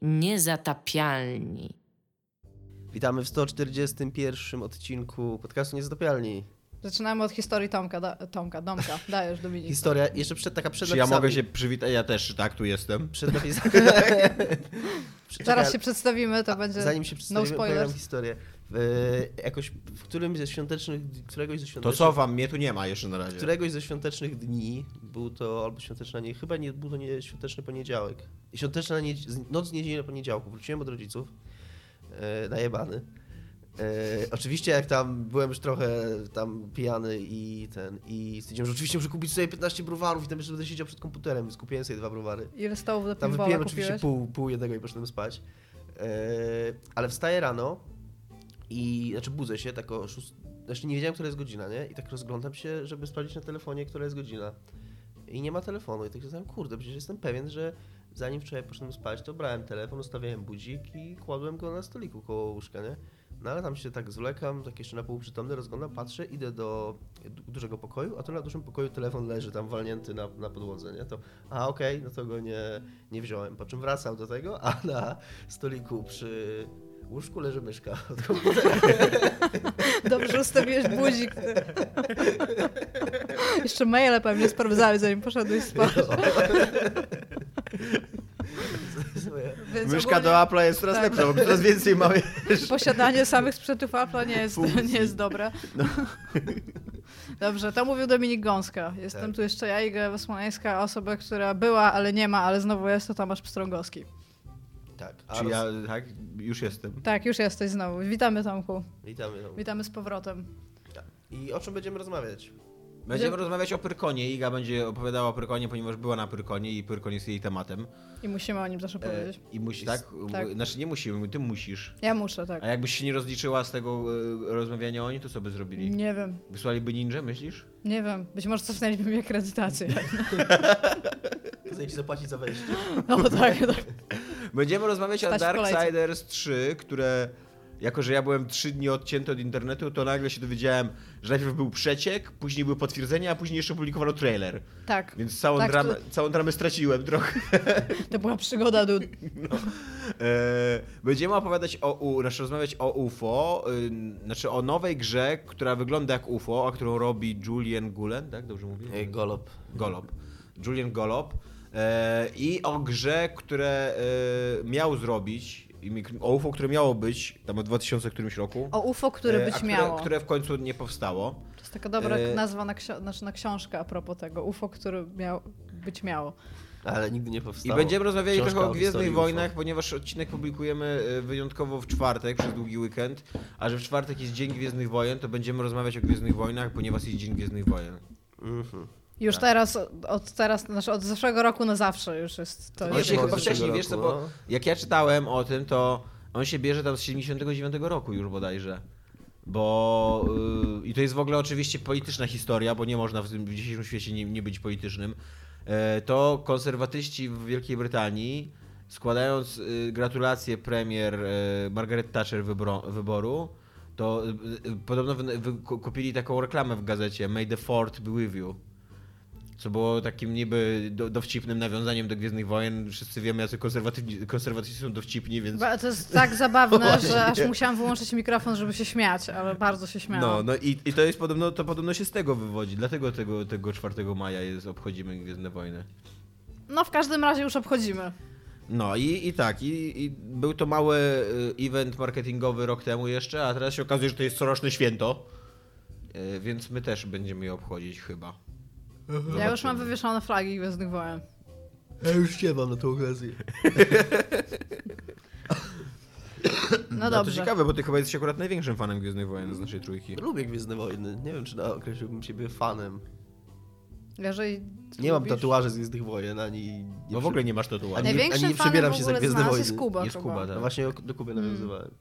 Niezatapialni. Witamy w 141 odcinku podcastu Niezatapialni. Zaczynamy od historii Domka. Dajesz, Dominik. Historia, jeszcze przed Czy napisami. ja mogę się przywitać? Ja też, tak, tu jestem. Przed napisami. Zaraz się przedstawimy, to będzie zanim się przedstawimy, no spoilers. historię. Jakoś w któregoś ze świątecznych To cofam, mnie tu nie ma jeszcze na razie. Któregoś ze świątecznych dni, był to albo świąteczna nie, chyba nie, był to nie świąteczny poniedziałek. Świąteczna noc z niedzieli na poniedziałku. Wróciłem od rodziców, najebany. Oczywiście jak tam byłem już trochę tam pijany i stwierdziłem, że oczywiście muszę kupić sobie 15 browarów i tam jeszcze będę siedział przed komputerem, więc kupiłem sobie 2 browary. Ile stołów do Tam piwola wypiłem kupiłeś? oczywiście pół jednego i poszedłem spać. Ale wstaję rano i budzę się tak o 6, nie wiedziałem, która jest godzina, nie? I tak rozglądam się, żeby sprawdzić na telefonie, która jest godzina. I nie ma telefonu i tak się zastanawiam, kurde, przecież jestem pewien, że zanim wczoraj poszedłem spać, to brałem telefon, ustawiałem budzik i kładłem go na stoliku koło łóżka, nie? No ale tam się tak zwlekam, tak jeszcze na pół przytomny, rozglądam, patrzę, idę do dużego pokoju, a tu na dużym pokoju telefon leży tam walnięty na podłodze, nie? To okej, no to go nie wziąłem. Po czym wracam do tego, a na stoliku przy łóżku leży myszka od komputera. Dobrze ustawiłeś budzik. Jeszcze maile pewnie sprawdzałeś, zanim poszedłeś spać. Myszka do Apple'a jest coraz lepsza, bo coraz więcej mamy. Posiadanie samych sprzętów Apple'a nie jest dobre. No. Dobrze, to mówił Dominik Gąska. Jestem tu jeszcze ja, Iga Smoleńska, osoba, która była, ale nie ma, ale znowu jest, to Tomasz Pstrągowski. Tak. Czy ja, tak? Już jestem. Tak, już jesteś znowu. Witamy, Tomku. Witamy z powrotem. Tak. I o czym będziemy rozmawiać? Będziemy rozmawiać o Pyrkonie. Iga będzie opowiadała o Pyrkonie, ponieważ była na Pyrkonie i Pyrkon jest jej tematem. I musimy o nim zawsze powiedzieć. I musi, tak? Znaczy nie musimy, ty musisz. Ja muszę, tak. A jakbyś się nie rozliczyła z tego rozmawiania o nim, to co by zrobili? Nie wiem. Wysłaliby ninja, myślisz? Nie wiem. Być może cofnęliby mi akredytację. Chcę ci zapłacić za wejście. No tak. Będziemy rozmawiać o Darksiders 3, które... Jako że ja byłem 3 dni odcięty od internetu, to nagle się dowiedziałem, że najpierw był przeciek, później były potwierdzenia, a później jeszcze publikowano trailer. Tak. Więc całą dramę straciłem trochę. To była przygoda, dude. No. Będziemy rozmawiać o UFO, znaczy o nowej grze, która wygląda jak UFO, a którą robi Julian Gulen, tak? Dobrze mówię? Golob. Julian Golob. I o grze, które miał zrobić, o UFO, które miało być tam w 2000 którymś roku. O UFO, które być miało. Które w końcu nie powstało. To jest taka dobra nazwa na książkę a propos tego. UFO, które być miało. Ale nigdy nie powstało. I będziemy rozmawiali Książka trochę o Gwiezdnych Wojnach, UFO. ponieważ odcinek publikujemy wyjątkowo w czwartek, przez długi weekend, a że w czwartek jest Dzień Gwiezdnych Wojen, to będziemy rozmawiać o Gwiezdnych Wojnach, ponieważ jest Dzień Gwiezdnych Wojen. Już od zeszłego roku na zawsze już jest to. On się chyba wcześniej, wiesz co, bo jak ja czytałem o tym, to on się bierze tam z 79 roku już bodajże. Bo i to jest w ogóle oczywiście polityczna historia, bo nie można w dzisiejszym świecie nie być politycznym. To konserwatyści w Wielkiej Brytanii, składając gratulacje premier Margaret Thatcher wyboru, to podobno kupili taką reklamę w gazecie May the Fourth be with you. Co było takim niby dowcipnym nawiązaniem do Gwiezdnych Wojen. Wszyscy wiemy, jacy konserwatyści są dowcipni, więc... To jest tak zabawne, że aż musiałam wyłączyć mikrofon, żeby się śmiać, ale bardzo się śmiałam. No i to jest podobno się z tego wywodzi. Dlatego tego 4 maja obchodzimy Gwiezdne Wojny. No w każdym razie już obchodzimy. No i był to mały event marketingowy rok temu jeszcze, a teraz się okazuje, że to jest coroczne święto. Więc my też będziemy je obchodzić chyba. Ja już mam wywieszone flagi Gwiezdnych Wojen. Ja już nie mam na tą okazję. No dobrze. To ciekawe, bo ty chyba jesteś akurat największym fanem Gwiezdnych Wojen z naszej trójki. Lubię Gwiezdne Wojny. Nie wiem, czy określiłbym siebie fanem. Jeżeli nie mam tatuaży z Gwiezdnych Wojen, ani... No w ogóle nie masz tatuaży. Największym nie przebieram się za Gwiezdne Wojny. Jest Kuba. Jest Kuba, tak. No właśnie do Kuby nawiązywałem.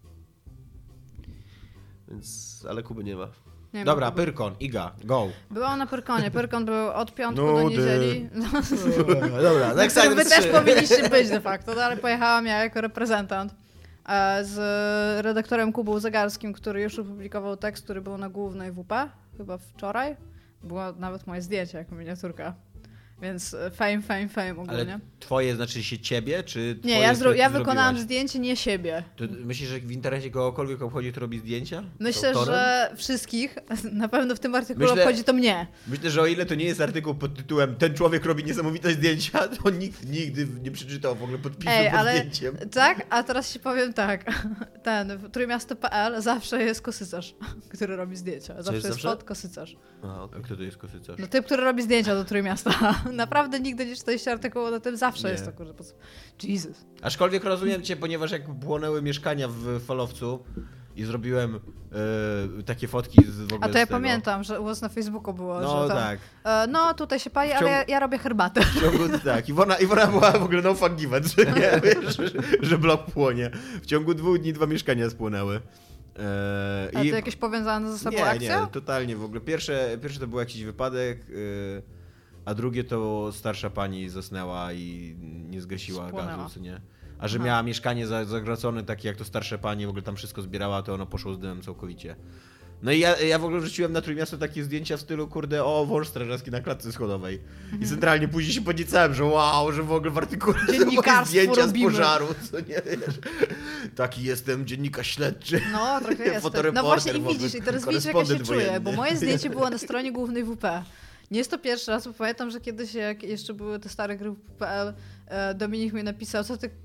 Więc... Ale Kuby nie ma. Dobra, Pyrkon, Iga, go. Byłam na Pyrkonie. Pyrkon był od piątku do niedzieli. Dobra, Wy też powinniście być de facto, ale pojechałam ja jako reprezentant z redaktorem Kubą Zagarskim, który już opublikował tekst, który był na głównej WP, chyba wczoraj. Było nawet moje zdjęcie jako miniaturka. Więc fame ogólnie. Ale twoje znaczy się ciebie, czy twoje, Nie, ja wykonałam zdjęcie nie siebie. To myślisz, że w internecie kogokolwiek obchodzi, kto robi zdjęcia? Myślę, że wszystkich. Na pewno w tym artykule obchodzi to mnie. Myślę, że o ile to nie jest artykuł pod tytułem "Ten człowiek robi niesamowite zdjęcia", to nikt nigdy nie przeczytał w ogóle podpisu pod zdjęciem. Tak, a teraz ci powiem tak. W Trójmiasto.pl zawsze jest kosycarz, który robi zdjęcia. Zawsze jest kosycarz. A kto to jest kosycarz? No typ, który robi zdjęcia do Trójmiasta. Naprawdę nigdy nie czytaliście artykułu na tym, zawsze jest to, kurczę. Jesus. Aczkolwiek rozumiem cię, ponieważ jak płonęły mieszkania w falowcu i zrobiłem takie fotki w ogóle. A to ja pamiętam, że u was na Facebooku było, no, że tam, tak. No tutaj się pali, ale ja robię herbatę. Tak, Iwona była w ogóle no fuck given, że nie, wiesz, że blok płonie. W ciągu 2 dni 2 mieszkania spłonęły. A to jakieś powiązane ze sobą akcja? Nie, totalnie w ogóle. Pierwsze to był jakiś wypadek, a drugie to starsza pani zasnęła i nie zgasiła gazu, co nie? A że miała mieszkanie zagracone, takie jak to starsze pani, w ogóle tam wszystko zbierała, to ono poszło z dymem całkowicie. No i ja w ogóle rzuciłem na Trójmiasto takie zdjęcia w stylu, kurde, wąż strażacki na klatce schodowej. I centralnie później się podniecałem, że wow, że w ogóle w artykule są zdjęcia z pożaru, co nie wiesz. Taki jestem dziennikarz śledczy. No, trochę jestem. No właśnie i widzisz, i teraz widzisz, jak ja się czuję, bo moje zdjęcie było na stronie głównej WP. Nie jest to pierwszy raz, bo pamiętam, że kiedyś, jak jeszcze były te stare gry WP.pl, Dominik mi napisał, co ty...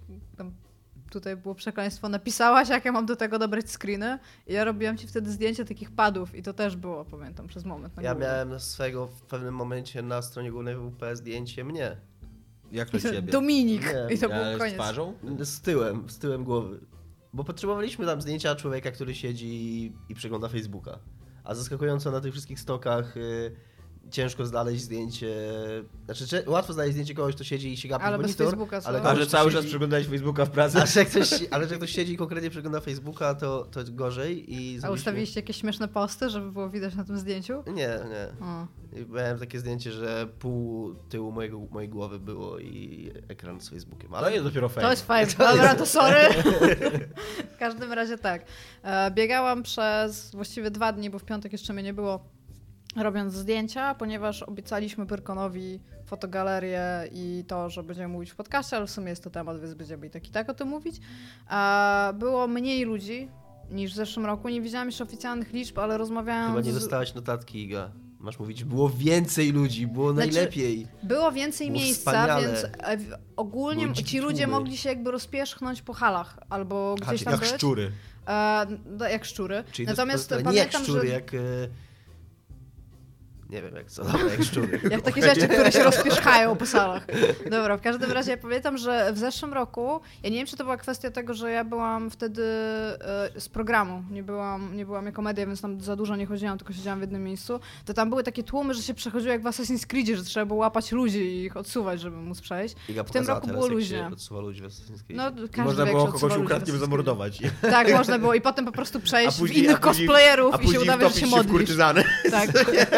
Tutaj było przekleństwo, napisałaś, jak ja mam do tego dobrać screeny i ja robiłam ci wtedy zdjęcia takich padów i to też było, pamiętam, przez moment. Ja miałem swojego w pewnym momencie na stronie głównej WP zdjęcie mnie. Jak to ciebie? Dominik. Nie. I to był koniec. Z twarzą? Z tyłem głowy. Bo potrzebowaliśmy tam zdjęcia człowieka, który siedzi i przegląda Facebooka. A zaskakująco na tych wszystkich stokach ciężko znaleźć zdjęcie, znaczy łatwo znaleźć zdjęcie kogoś, kto siedzi i się gapi w monitor, Facebooka, ale że cały czas przeglądałeś Facebooka w pracy. Ale że ktoś siedzi i konkretnie przegląda Facebooka, to gorzej. A ustawiliście jakieś śmieszne posty, żeby było widać na tym zdjęciu? Nie. Miałem takie zdjęcie, że pół tyłu mojej głowy było i ekran z Facebookiem. Ale to jest dopiero fajne. To jest fajne. Dobra, to sorry. W każdym razie tak. Biegałam przez właściwie 2 dni, bo w piątek jeszcze mnie nie było, robiąc zdjęcia, ponieważ obiecaliśmy Pyrkonowi fotogalerię i to, że będziemy mówić w podcaście, ale w sumie jest to temat, więc będziemy i tak o tym mówić. Było mniej ludzi niż w zeszłym roku. Nie widziałam jeszcze oficjalnych liczb, ale rozmawiałam Chyba nie dostałaś notatki, Iga. Masz mówić, było więcej ludzi, było najlepiej. Było więcej miejsca, wspaniale. więc ogólnie ci ludzie mogli się jakby rozpierzchnąć po halach albo gdzieś tam jak być. szczury. Jak szczury. Czyli natomiast to pamiętam, nie jak szczury, że... jak... Nie wiem jak co, dobra, jak szczury. Jak takie rzeczy, które się rozpierzchają po salach. Dobra, w każdym razie ja pamiętam, że w zeszłym roku, ja nie wiem, czy to była kwestia tego, że ja byłam wtedy z programu, nie byłam jako media, więc tam za dużo nie chodziłam, tylko siedziałam w jednym miejscu, to tam były takie tłumy, że się przechodziło jak w Assassin's Creedzie, że trzeba było łapać ludzi i ich odsuwać, żeby móc przejść. W tym roku było luźnie. Odsuwa ludzi w Assassin's Creed. No, można było kogoś ukradkiem zamordować. Tak, można było i potem po prostu przejść w innych cosplayerów i się udawać, że się modlisz. W kurtyzany. Tak.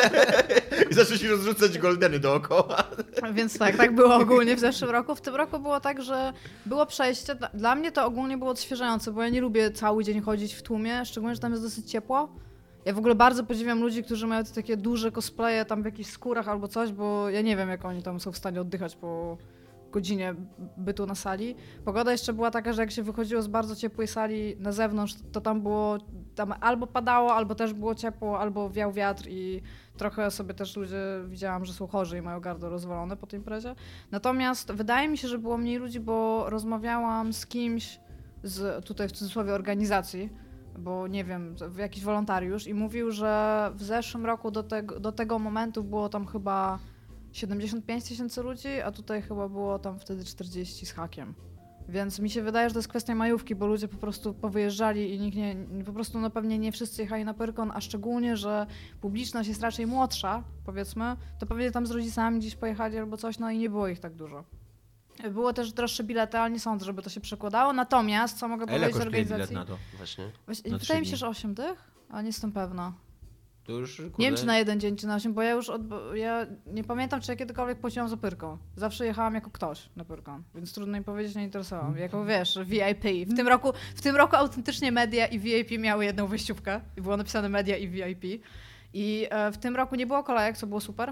I zacząć rozrzucać goldeny dookoła. Więc tak było ogólnie w zeszłym roku. W tym roku było tak, że było przejście. Dla mnie to ogólnie było odświeżające, bo ja nie lubię cały dzień chodzić w tłumie, szczególnie, że tam jest dosyć ciepło. Ja w ogóle bardzo podziwiam ludzi, którzy mają te takie duże cosplaye tam w jakichś skórach albo coś, bo ja nie wiem, jak oni tam są w stanie oddychać po godzinie bytu na sali. Pogoda jeszcze była taka, że jak się wychodziło z bardzo ciepłej sali na zewnątrz, to tam albo padało, albo też było ciepło, albo wiał wiatr i trochę sobie też ludzie widziałam, że są chorzy i mają gardło rozwalone po tej imprezie. Natomiast wydaje mi się, że było mniej ludzi, bo rozmawiałam z kimś z tutaj w cudzysłowie organizacji, bo nie wiem, jakiś wolontariusz i mówił, że w zeszłym roku do tego momentu było tam chyba 75 000 ludzi, a tutaj chyba było tam wtedy 40 z hakiem. Więc mi się wydaje, że to jest kwestia majówki, bo ludzie po prostu powyjeżdżali i nikt po prostu no pewnie nie wszyscy jechali na Pyrkon, a szczególnie, że publiczność jest raczej młodsza, powiedzmy, to pewnie tam z rodzicami gdzieś pojechali albo coś, no i nie było ich tak dużo. Było też droższe bilety, ale nie sądzę, żeby to się przekładało. Natomiast, co mogę powiedzieć z organizacji... bilet na to? Właśnie. Wydaje mi się, że 8 dych, ale nie jestem pewna. To już, nie wiem, czy na 1 dzień, czy na 8, bo ja nie pamiętam, czy ja kiedykolwiek płaciłam za Pyrką. Zawsze jechałam jako ktoś na Pyrką, więc trudno mi powiedzieć, nie interesowałam. Jako, wiesz, VIP. W tym roku autentycznie media i VIP miały jedną wejściówkę i było napisane media i VIP. I w tym roku nie było kolejek, co było super.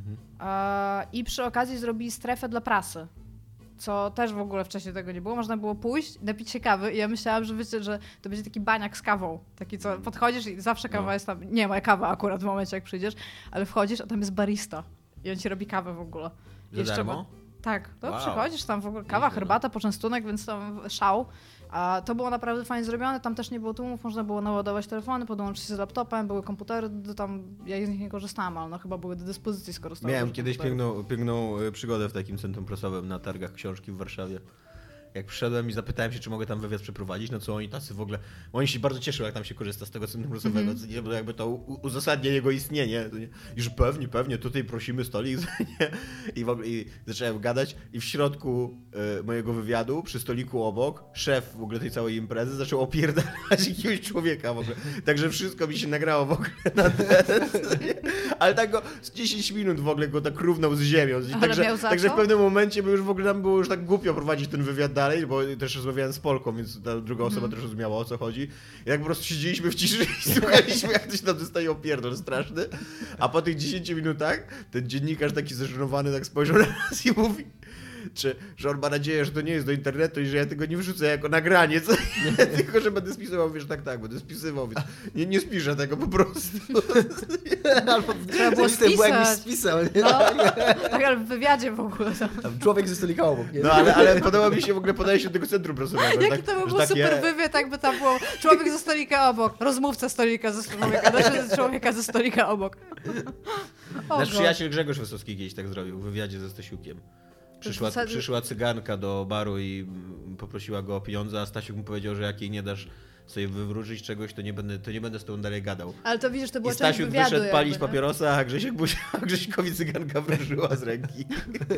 I przy okazji zrobili strefę dla prasy, co też w ogóle wcześniej tego nie było. Można było pójść, napić się kawy i ja myślałam, że wiecie, że to będzie taki baniak z kawą. Taki, co podchodzisz i zawsze kawa jest tam, nie ma kawa akurat w momencie, jak przyjdziesz, ale wchodzisz, a tam jest barista i on ci robi kawę w ogóle. Za darmo? Tak, to przychodzisz, tam w ogóle kawa, herbata, poczęstunek, więc tam szał. A to było naprawdę fajnie zrobione, tam też nie było tłumów, można było naładować telefony, podłączyć się z laptopem, były komputery, tam ja z nich nie korzystałam, ale no chyba były do dyspozycji, skoro stało. Miałem kiedyś piękną przygodę w takim centrum prasowym na targach książki w Warszawie. Jak przyszedłem i zapytałem się, czy mogę tam wywiad przeprowadzić, no co oni tacy w ogóle... Oni się bardzo cieszą, jak tam się korzysta z tego centrum prasowego, bo jakby to uzasadnia jego istnienie. I że pewnie, tutaj prosimy stolik. I zacząłem gadać i w środku mojego wywiadu, przy stoliku obok, szef w ogóle tej całej imprezy zaczął opierdalać jakiegoś człowieka w ogóle. Także wszystko mi się nagrało w ogóle na ten... Ale tak go z 10 minut w ogóle go tak równał z ziemią. Także w pewnym momencie by już w ogóle nam było już tak głupio prowadzić ten wywiad dalej, bo też rozmawiałem z Polką, więc ta druga osoba też rozumiała, o co chodzi. I tak po prostu siedzieliśmy w ciszy i słuchaliśmy, jak ktoś nam dostaje opierdol straszny. A po tych 10 minutach ten dziennikarz taki zażenowany tak spojrzał na nas i mówi, że on ma nadzieję, że to nie jest do internetu i że ja tego nie wrzucę jako nagranie, tylko że będę spisywał. Wiesz, tak, będę spisywał, więc nie spiszę tego po prostu. Albo trzeba było spisać. Spisał, nie? No, tak, ale w wywiadzie w ogóle. Tam człowiek ze stolika obok, nie? No, ale podoba mi się w ogóle podejście do tego centrum prasowego. Jaki to by był super wywiad, jakby tam było człowiek ze stolika obok, rozmówca stolika ze człowieka ze stolika obok. Nasz przyjaciel Grzegorz Wysocki kiedyś tak zrobił w wywiadzie ze Stasiukiem. Przyszła cyganka do baru i poprosiła go o pieniądze, a Stasiuk mu powiedział, że jak jej nie dasz sobie wywróżyć czegoś, to nie będę z tobą dalej gadał. Ale to widzisz, to było część wywiadu. I Stasiuk wyszedł palić jakby, papierosa, a Grześkowi cyganka wywróżyła z ręki.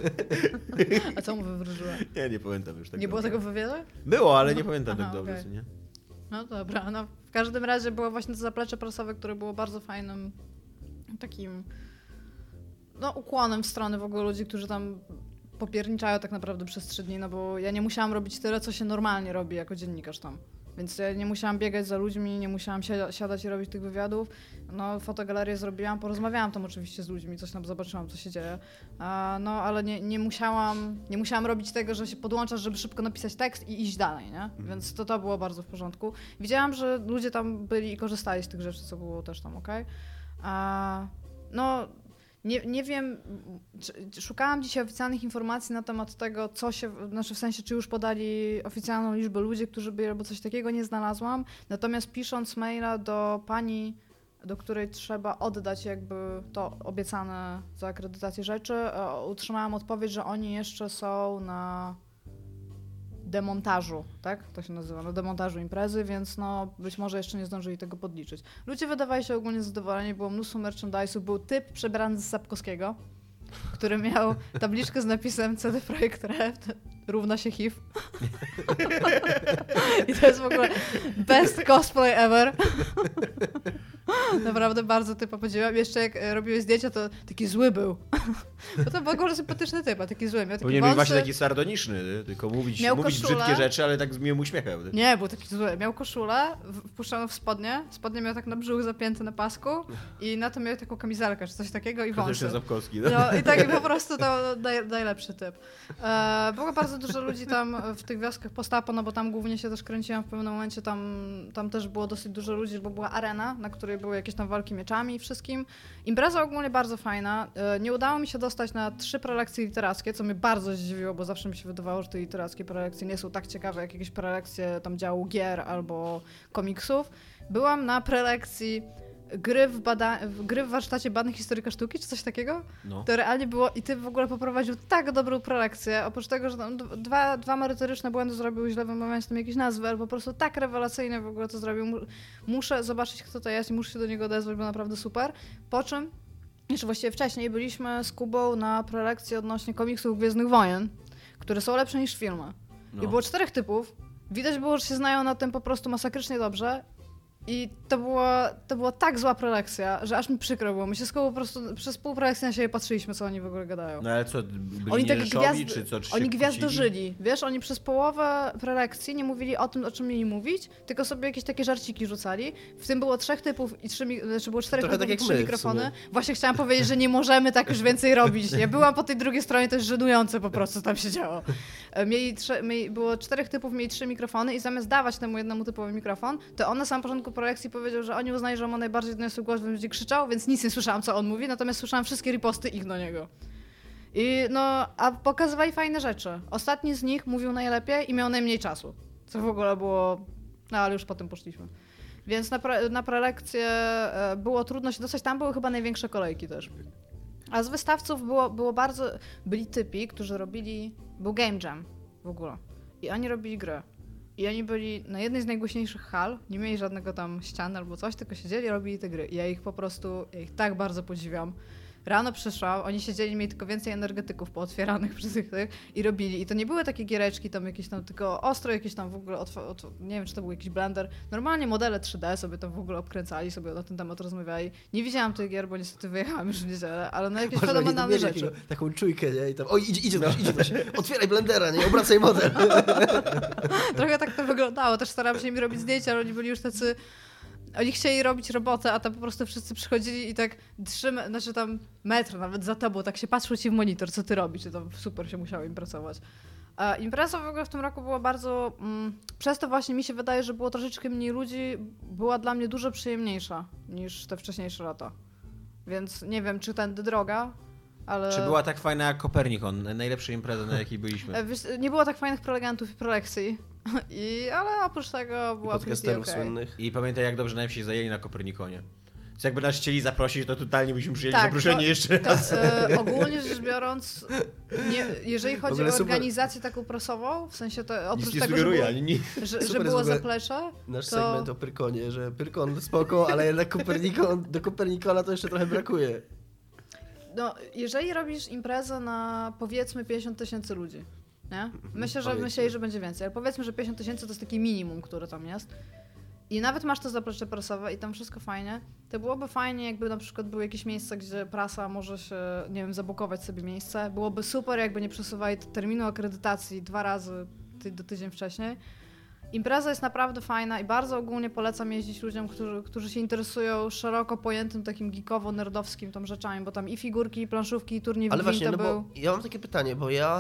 A co mu wywróżyła? Nie pamiętam już tego. Nie było tego w wywiadu? Było, ale nie pamiętam tak dobrze, nie? No dobra, no w każdym razie było właśnie to zaplecze prasowe, które było bardzo fajnym takim ukłonem w stronę w ogóle ludzi, którzy tam popierniczają tak naprawdę przez 3 dni, no bo ja nie musiałam robić tyle, co się normalnie robi jako dziennikarz tam. Więc ja nie musiałam biegać za ludźmi, nie musiałam siadać i robić tych wywiadów. No, fotogalerię zrobiłam, porozmawiałam tam oczywiście z ludźmi, coś tam zobaczyłam, co się dzieje. No, ale nie musiałam robić tego, że się podłączasz, żeby szybko napisać tekst i iść dalej, nie? Więc to było bardzo w porządku. Widziałam, że ludzie tam byli i korzystali z tych rzeczy, co było też tam okej. No... Nie wiem, szukałam dzisiaj oficjalnych informacji na temat tego, w sensie, czy już podali oficjalną liczbę ludzi, którzy byli, albo coś takiego, nie znalazłam. Natomiast pisząc maila do pani, do której trzeba oddać jakby to obiecane za akredytację rzeczy, otrzymałam odpowiedź, że oni jeszcze są na demontażu, tak? To się nazywa, na demontażu imprezy, więc być może jeszcze nie zdążyli tego podliczyć. Ludzie wydawali się ogólnie zadowoleni, było mnóstwo merchandise'u, był typ przebrany z Sapkowskiego, który miał tabliczkę z napisem CD Projekt Red równa się HIV. I to jest w ogóle best cosplay ever. Naprawdę bardzo typa podziwiam. Jeszcze jak robiłeś zdjęcia, to taki zły był. Bo to był w ogóle sympatyczny typ, a taki zły. Miał taki powinien być właśnie taki sardoniczny, tylko mówić brzydkie rzeczy, ale tak z miłym uśmiechem. Nie, był taki zły. Miał koszulę, wpuszczoną w spodnie. Spodnie miał tak na brzuch zapięte na pasku i na to miał taką kamizelkę, czy coś takiego i wąsy. Zapkowski, no i tak po prostu to najlepszy typ. Było bardzo dużo ludzi tam w tych wioskach post-apo, no bo tam głównie się też kręciłam w pewnym momencie, tam też było dosyć dużo ludzi, bo była arena, na której były jakieś tam walki mieczami i wszystkim. Impreza ogólnie bardzo fajna. Nie udało mi się dostać na 3 prelekcje literackie, co mnie bardzo zdziwiło, bo zawsze mi się wydawało, że te literackie prelekcje nie są tak ciekawe jak jakieś prelekcje tam działu gier albo komiksów. Byłam na prelekcji gry w warsztacie badań historyka sztuki, czy coś takiego? No. To realnie było i ty w ogóle poprowadził tak dobrą prelekcję, oprócz tego, że tam dwa merytoryczne błędy zrobił, źle wymawiając tam jakieś nazwy, ale po prostu tak rewelacyjnie w ogóle to zrobił. Muszę zobaczyć, kto to jest i muszę się do niego odezwać, bo naprawdę super. Po czym, jeszcze właściwie wcześniej, byliśmy z Kubą na prelekcji odnośnie komiksów Gwiezdnych Wojen, które są lepsze niż filmy. No. I było 4 typów. Widać było, że się znają na tym po prostu masakrycznie dobrze. I to była tak zła prelekcja, że aż mi przykro było. My się z Kubą po prostu przez pół prelekcji na siebie patrzyliśmy, co oni w ogóle gadają. No ale co, byli Oni tak nierzeszowi, czy co? Czy się oni kłócili? gwiazdożyli. Wiesz, oni przez połowę prelekcji nie mówili o tym, o czym mieli mówić, tylko sobie jakieś takie żarciki rzucali. W tym było 3 typów i było 4 Trochę typów tak i jak 3 my, w mikrofony. sumie. Właśnie chciałam powiedzieć, że nie możemy tak już więcej robić. Ja byłam po tej drugiej stronie, to jest żenujące po prostu, co tam się działo. Było 4 typów, mieli 3 mikrofony i zamiast dawać temu jednemu typowi mikrofon, to on na samym początku prelekcji powiedział, że oni uznają, że ma najbardziej doniosły głos, więc będzie krzyczał, więc nic nie słyszałam, co on mówi, natomiast słyszałam wszystkie riposty ich do niego. A pokazywali fajne rzeczy. Ostatni z nich mówił najlepiej i miał najmniej czasu, co w ogóle było, ale już potem poszliśmy. Więc na prelekcję było trudno się dostać, tam były chyba największe kolejki też. A z wystawców byli typi, którzy był Game Jam w ogóle i oni robili grę. I oni byli na jednej z najgłośniejszych hal, nie mieli żadnego tam ściany albo coś, tylko siedzieli i robili te gry. I ja ich tak bardzo podziwiam. Rano przyszłam, oni siedzieli, mieli tylko więcej energetyków pootwieranych przez tych i robili. I to nie były takie giereczki tam jakieś tam, tylko ostro jakieś tam w ogóle, nie wiem, czy to był jakiś blender. Normalnie modele 3D sobie tam w ogóle obkręcali, sobie na ten temat rozmawiali. Nie widziałam tych gier, bo niestety wyjechałam już w niedzielę, ale no jakieś fenomenalne rzeczy. Taką czujkę, nie? I tam, oj, idzie coś. Otwieraj blendera, nie? Obracaj model. Trochę tak to wyglądało. Też starałam się im robić zdjęcia, ale oni byli już tacy... Oni chcieli robić robotę, a tam po prostu wszyscy przychodzili i tak tam metr nawet za tobą, tak się patrzył ci w monitor, co ty robisz, i to super się musiało im pracować. A impreza w ogóle w tym roku była bardzo... przez to właśnie mi się wydaje, że było troszeczkę mniej ludzi, była dla mnie dużo przyjemniejsza niż te wcześniejsze lata. Więc nie wiem, czy tędy droga, ale... Czy była tak fajna jak Kopernikon, najlepsza impreza, na jakiej byliśmy? Nie było tak fajnych prelegentów i prelekcji, ale oprócz tego była pretty okay. Słynnych. I pamiętaj, jak dobrze nam się zajęli na Kopernikonie. Więc jakby nas chcieli zaprosić, to totalnie byśmy przyjęli zaproszenie jeszcze raz. Ogólnie rzecz biorąc, jeżeli chodzi o organizację taką prasową, w sensie to oprócz nie tego, że było zaplecze, nasz segment o Pyrkonie, że Pyrkon spoko, ale jednak do Kopernikona to jeszcze trochę brakuje. No, jeżeli robisz imprezę na powiedzmy 50 000 ludzi, nie? Myśleli, że będzie więcej, ale powiedzmy, że 50 000 to jest takie minimum, które tam jest. I nawet masz to zaplecze prasowe i tam wszystko fajnie, to byłoby fajnie, jakby na przykład były jakieś miejsca, gdzie prasa może się, nie wiem, zabukować sobie miejsce. Byłoby super, jakby nie przesuwali terminu akredytacji 2 razy tydzień wcześniej. Impreza jest naprawdę fajna i bardzo ogólnie polecam jeździć ludziom, którzy się interesują szeroko pojętym takim geekowo-nerdowskim tam rzeczami, bo tam i figurki, i planszówki, i turniej Ale właśnie, był. Bo ja mam takie pytanie, bo ja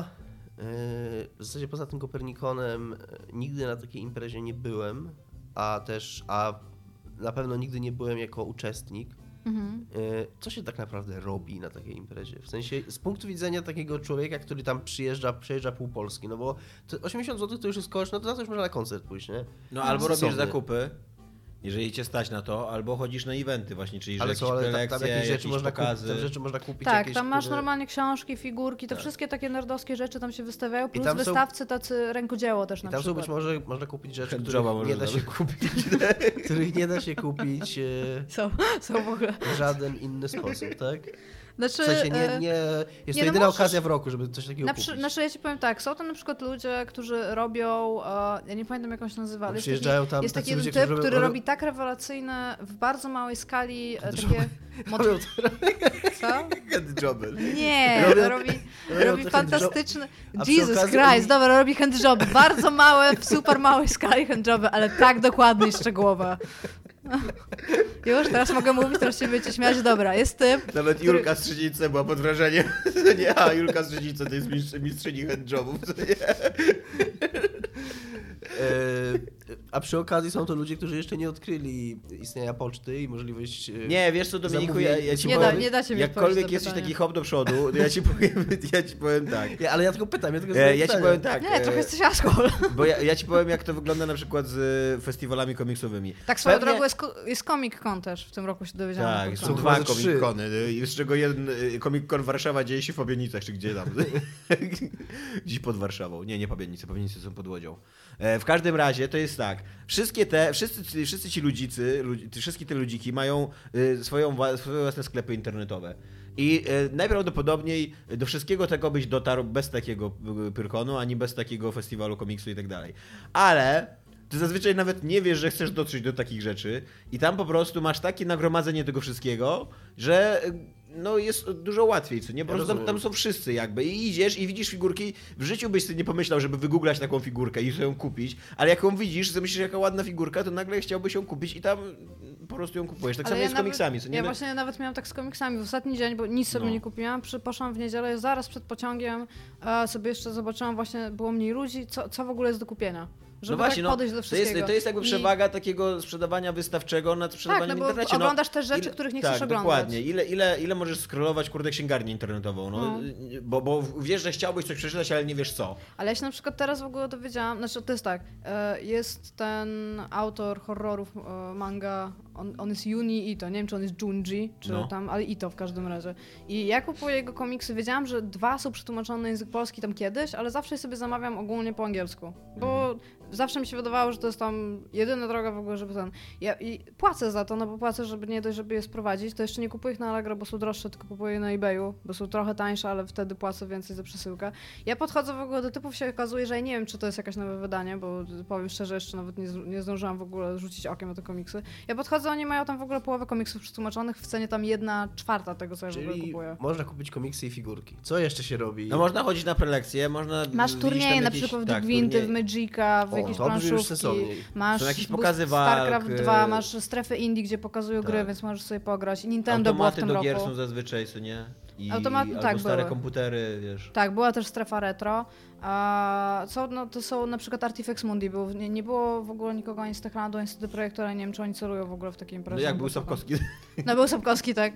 w zasadzie poza tym Kopernikonem nigdy na takiej imprezie nie byłem, a na pewno nigdy nie byłem jako uczestnik. Co się tak naprawdę robi na takiej imprezie? W sensie z punktu widzenia takiego człowieka, który tam przejeżdża pół Polski, no bo 80 zł to już jest koszt, no to za to już można na koncert pójść, nie? No albo robisz zakupy, jeżeli cię stać na to, albo chodzisz na eventy właśnie, czyli że jakieś prelekcje, jakieś pokazy. Tam rzeczy można kupić. Tak, tam masz normalnie książki, figurki, te wszystkie takie nerdowskie rzeczy tam się wystawiają, plus wystawcy tacy rękodzieło też na przykład. I tam być można kupić rzeczy, których nie da się kupić są w ogóle w żaden inny sposób, tak? Znaczy, w sensie jest to jedyna okazja w roku, żeby coś takiego kupić. Znaczy ja ci powiem tak, są tam na przykład ludzie, którzy robią, ja nie pamiętam jak on się nazywa, ale jest taki jeden typ, który robi tak rewelacyjne, w bardzo małej skali takie... Co? Handjoby. Nie, robi fantastyczne... Jesus Christ, dobra, robi handjoby. Bardzo małe, w super małej skali handjoby, ale tak dokładne i szczegółowe. Już, teraz mogę mówić, teraz się będziecie śmiać. Dobra, jest typ, nawet Julka z Strzynicy była pod wrażeniem. Julka z Strzynicy to jest mistrzyni handjobów. A przy okazji są to ludzie, którzy jeszcze nie odkryli istnienia poczty i możliwość... Nie, wiesz co, Dominiku, ja ci powiem, nie da się mi jakkolwiek jesteś taki hop do przodu, to ja ci powiem tak. Ale ja tylko pytam, ja ci powiem tak. Nie, trochę jesteś askol. Bo ja ci powiem, jak to wygląda na przykład z festiwalami komiksowymi. Tak, swoją drogą jest Comic Con też, w tym roku się dowiedziałam. Tak, są 2 Comic Cony, z czego jeden Comic Con Warszawa dzieje się w Pabianicach, czy gdzie tam. Gdzieś pod Warszawą. Nie Pabianice są pod Łodzią. W każdym razie to jest tak, wszyscy ci ludzicy, wszystkie te ludziki mają swoje własne sklepy internetowe. I najprawdopodobniej do wszystkiego tego byś dotarł bez takiego Pyrkonu, ani bez takiego festiwalu komiksu i tak dalej. Ale ty zazwyczaj nawet nie wiesz, że chcesz dotrzeć do takich rzeczy i tam po prostu masz takie nagromadzenie tego wszystkiego, że no jest dużo łatwiej, co nie? Po prostu tam są wszyscy jakby i idziesz i widzisz figurki, w życiu byś sobie nie pomyślał, żeby wygooglać taką figurkę i sobie ją kupić, ale jak ją widzisz, sobie myślisz, jaka ładna figurka, to nagle chciałbyś ją kupić i tam po prostu ją kupujesz. Tak samo jest z komiksami, co nie? Ja właśnie nawet miałam tak z komiksami w ostatni dzień, bo nic sobie nie kupiłam, poszłam w niedzielę, zaraz przed pociągiem sobie jeszcze zobaczyłam właśnie, było mniej ludzi, co w ogóle jest do kupienia. Żeby tak podejść do wszystkiego. To jest jakby przewaga takiego sprzedawania wystawczego nad sprzedawaniem w internecie. Oglądasz te rzeczy, których nie chcesz oglądać. Dokładnie. Ile możesz scrollować, księgarnię internetową, bo wiesz, że chciałbyś coś przeczytać, ale nie wiesz co. Ale ja się na przykład teraz w ogóle dowiedziałam, znaczy to jest tak, jest ten autor horrorów manga, on jest Juni Ito, nie wiem czy on jest Junji, czy tam, ale Ito w każdym razie. I ja kupuję jego komiksy, wiedziałam, że 2 są przetłumaczone na język polski tam kiedyś, ale zawsze sobie zamawiam ogólnie po angielsku, bo zawsze mi się wydawało, że to jest tam jedyna droga w ogóle, żeby i płacę za to, no bo płacę, żeby nie dość, żeby je sprowadzić, to jeszcze nie kupuję ich na Allegro, bo są droższe, tylko kupuję je na eBayu, bo są trochę tańsze, ale wtedy płacę więcej za przesyłkę. Ja podchodzę w ogóle do typów, się okazuje, że ja nie wiem, czy to jest jakieś nowe wydanie, bo powiem szczerze, jeszcze nawet nie zdążyłam w ogóle rzucić okiem na te komiksy. Ja podchodzę, oni mają tam w ogóle połowę komiksów przetłumaczonych, w cenie tam 1/4 tego, co ja w ogóle kupuję. Można kupić komiksy i figurki. Co jeszcze się robi? No można chodzić na prelekcje, można... Masz turnieje na przykład w Gwinty, w Magica, w jakieś planszówki. Masz jakieś pokazy StarCraft 2, masz strefę indie, gdzie pokazują gry, więc możesz sobie pograć. Nintendo było w tym roku. Automaty do gier są zazwyczaj, co nie? Tak, stare były. komputery, wiesz. Tak, była też strefa retro. To są na przykład Artifex Mundi. Nie było w ogóle nikogo ani z Techlandu, ani z CD Projektu, ale nie wiem, czy oni celują w ogóle w takie imprezy. No jak był Sapkowski. No był Sapkowski, tak.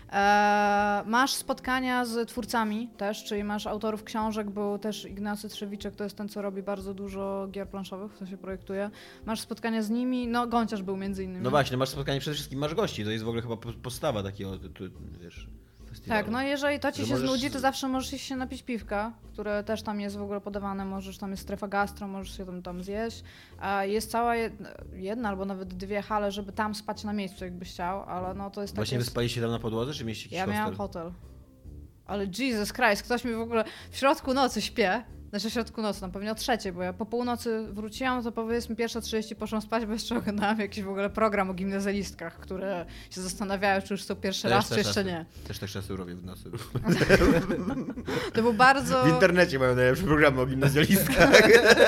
Masz spotkania z twórcami też, czyli masz autorów książek, był też Ignacy Trzewiczek, to jest ten, co robi bardzo dużo gier planszowych, co się projektuje. Masz spotkania z nimi, no Gąciarz był między innymi. No właśnie, masz spotkanie, przede wszystkim masz gości, to jest w ogóle chyba postawa takiego, wiesz... Tak, no jeżeli to ci się znudzi, to zawsze możesz iść się napić piwka, które też tam jest w ogóle podawane, tam jest strefa gastro, możesz się tam zjeść. Jest cała jedna albo nawet 2 hale, żeby tam spać na miejscu, jakbyś chciał, ale no to jest Właśnie wyspaliście tam na podłodze, czy mieliście jakiś hostel? Ja miałam hotel. Ale Jesus Christ, ktoś mi w ogóle w środku nocy śpię. Znaczy w środku nocy, tam pewnie o 3:00, bo ja po północy wróciłam, to powiedzmy 1:30 poszłam spać, bo jeszcze oglądałam jakiś w ogóle program o gimnazjalistkach, które się zastanawiają, czy już są pierwszy raz, czy jeszcze nie. Też tak czasy robię w nocy. To był bardzo... W internecie mają najlepsze programy o gimnazjalistkach.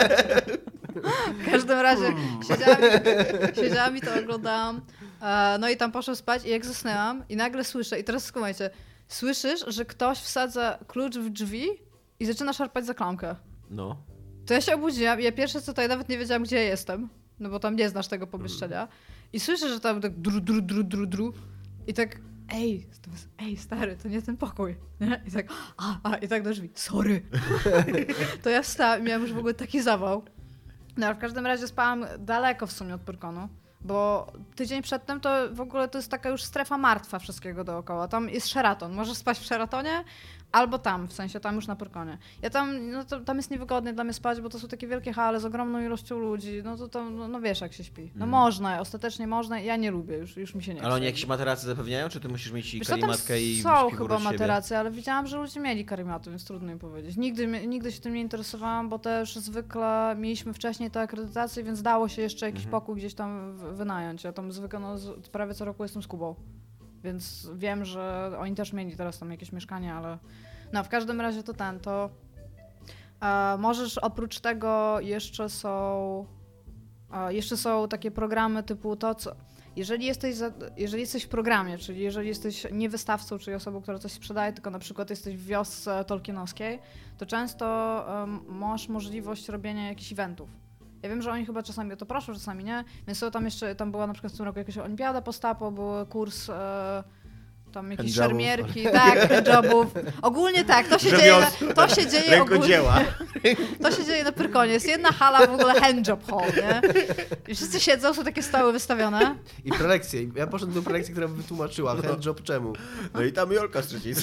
W każdym razie siedziałam i to oglądałam. No i tam poszłam spać i jak zasnęłam i nagle słyszę, i teraz słuchajcie, słyszysz, że ktoś wsadza klucz w drzwi i zaczyna szarpać za klamkę. No. To ja się obudziłam i ja pierwsze co to ja nawet nie wiedziałam, gdzie ja jestem, no bo tam nie znasz tego pomieszczenia. I słyszę, że tam tak dru. I tak, ej stary, to nie ten pokój. Nie? I tak, i tak do drzwi, sorry. To ja wstałam i miałam już w ogóle taki zawał. No ale w każdym razie spałam daleko w sumie od Pyrkonu. Bo tydzień przedtem to w ogóle to jest taka już strefa martwa wszystkiego dookoła. Tam jest Sheraton. Możesz spać w Sheratonie albo tam, w sensie tam już na Pyrkonie. Ja tam, no to, tam jest niewygodnie dla mnie spać, bo to są takie wielkie hale z ogromną ilością ludzi. No to tam, no wiesz jak się śpi. No można, ostatecznie można. Ja nie lubię, już mi się nie chce. Ale oni jakieś materace zapewniają, czy ty musisz mieć i karimatkę i są chyba materace, ale widziałam, że ludzie mieli karimaty, więc trudno mi powiedzieć. Nigdy się tym nie interesowałam, bo też zwykle mieliśmy wcześniej tę akredytację, więc dało się jeszcze jakiś pokój gdzieś tam wynająć. Ja tam zwykle prawie co roku jestem z Kubą. Więc wiem, że oni też mieli teraz tam jakieś mieszkanie, ale no w każdym razie to możesz oprócz tego jeszcze są takie programy typu to, co jeżeli jesteś w programie, czyli jeżeli jesteś nie wystawcą, czyli osobą, która coś sprzedaje, tylko na przykład jesteś w wiosce tolkienowskiej, to często masz możliwość robienia jakichś eventów. Ja wiem, że oni chyba czasami o to proszą, czasami nie, więc tam była na przykład w tym roku jakaś olimpiada postapo, był kurs tam jakieś szermierki, tak, handjobów. Ogólnie tak, to się dzieje ogólnie. To się dzieje na Pyrkonie. Jest jedna hala w ogóle handjob hall, nie? I wszyscy siedzą, są takie stoły wystawione. I prelekcje. Ja poszedłem do prelekcji, która by wytłumaczyła handjob czemu. No i tam Jolka z Trzecicy.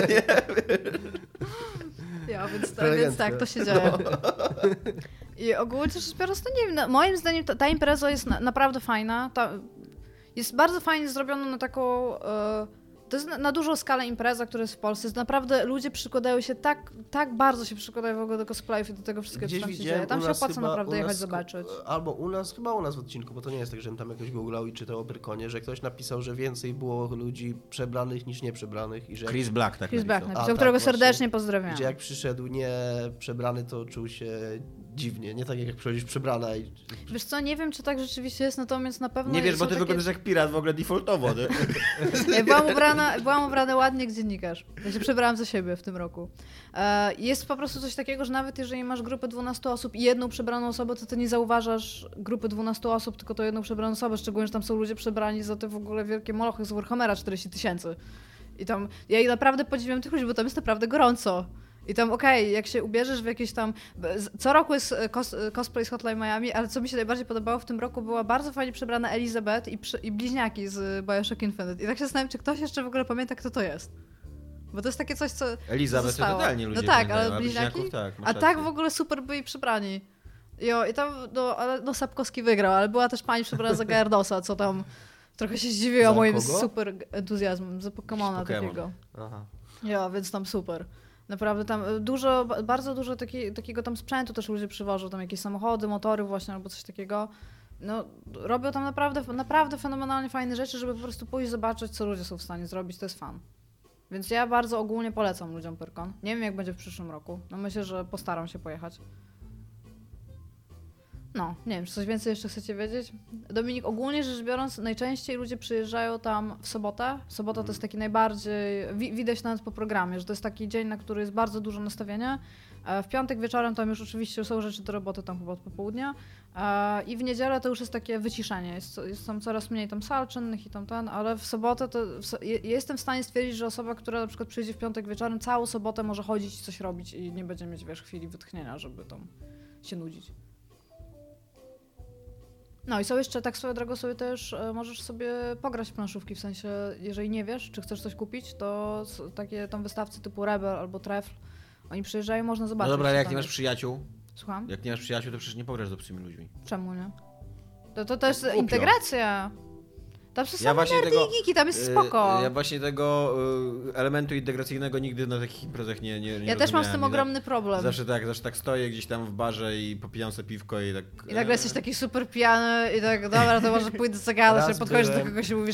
Ja, więc tak, to się dzieje. I ogólnie rzecz biorąc, to nie wiem, no, moim zdaniem ta impreza jest naprawdę fajna. Jest bardzo fajnie zrobiona na taką To jest na dużą skalę impreza, która jest w Polsce. Naprawdę ludzie przykładają się tak bardzo się przykładają w ogóle do cosplayów i do tego wszystkiego, co tam się dzieje. Tam się opłaca naprawdę jechać zobaczyć. Albo chyba u nas w odcinku, bo to nie jest tak, żebym tam jakoś googlał i czytał o Pyrkonie, że ktoś napisał, że więcej było ludzi przebranych niż nieprzebranych. I że Chris Black tak napisał, którego serdecznie pozdrawiam. Gdzie jak przyszedł nie przebrany, to czuł się dziwnie. Nie tak jak przychodzisz przebrana i... Wiesz co, nie wiem, czy tak rzeczywiście jest, natomiast na pewno... Nie wiesz, bo ty wyglądasz jak pirat w ogóle defaultowo. Byłam ubrana ładnie jak dziennikarz. Ja się przebrałam za siebie w tym roku. Jest po prostu coś takiego, że nawet jeżeli masz grupę 12 osób i jedną przebraną osobę, to ty nie zauważasz grupy 12 osób, tylko to jedną przebraną osobę, szczególnie, że tam są ludzie przebrani za te w ogóle wielkie molochy z Warhammera 40 000. I tam, ja naprawdę podziwiam tych ludzi, bo tam jest naprawdę gorąco. I tam jak się ubierzesz w jakieś tam... Co roku jest cosplay z Hotline Miami, ale co mi się najbardziej podobało w tym roku, była bardzo fajnie przebrana Elizabeth i bliźniaki z BioShock Infinite. I tak się zastanawiam, czy ktoś jeszcze w ogóle pamięta, kto to jest. Bo to jest takie coś, co Elizabeth to totalnie ludzie no tak, pamiętają, ale bliźniaki? Tak, a tak w ogóle super byli przebrani. I tam, Sapkowski wygrał, ale była też pani przebrana za Gyaradosa, co tam trochę się zdziwiła moim super entuzjazmem za Pokemona takiego. Aha. Więc tam super. Naprawdę tam bardzo dużo takiego tam sprzętu też ludzie przywożą, tam jakieś samochody, motory właśnie albo coś takiego. No, robią tam naprawdę fenomenalnie fajne rzeczy, żeby po prostu pójść zobaczyć, co ludzie są w stanie zrobić, to jest fan. Więc ja bardzo ogólnie polecam ludziom Pyrkon. Nie wiem, jak będzie w przyszłym roku. No myślę, że postaram się pojechać. No, nie wiem, czy coś więcej jeszcze chcecie wiedzieć? Dominik, ogólnie rzecz biorąc, najczęściej ludzie przyjeżdżają tam w sobotę. Sobota to jest taki najbardziej, widać nawet po programie, że to jest taki dzień, na który jest bardzo dużo nastawienia. W piątek wieczorem tam już oczywiście są rzeczy do roboty, tam chyba od popołudnia. I w niedzielę to już jest takie wyciszenie. Jest tam coraz mniej tam sal czynnych i tam ale w sobotę to jestem w stanie stwierdzić, że osoba, która na przykład przyjdzie w piątek wieczorem, całą sobotę może chodzić i coś robić i nie będzie mieć, chwili wytchnienia, żeby tam się nudzić. No i są jeszcze, tak swoją drogą sobie też możesz sobie pograć w planszówki, w sensie, jeżeli nie wiesz, czy chcesz coś kupić, to takie tam wystawcy typu Rebel albo Trefl, oni przyjeżdżają, można zobaczyć. No dobra, ale jak nie masz przyjaciół? Słucham? Jak nie masz przyjaciół, to przecież nie pograsz z obcymi ludźmi. Czemu nie? To jest integracja. Tam są same nerdy i geeki, tam jest spoko. Ja właśnie tego elementu integracyjnego nigdy na takich imprezach nie Ja też mam z tym ogromny problem. Zawsze tak stoję gdzieś tam w barze i popijam sobie piwko i tak... I nagle jesteś taki super pijany i tak, dobra, to może pójdę zagadać, że podchodzisz do kogoś i mówisz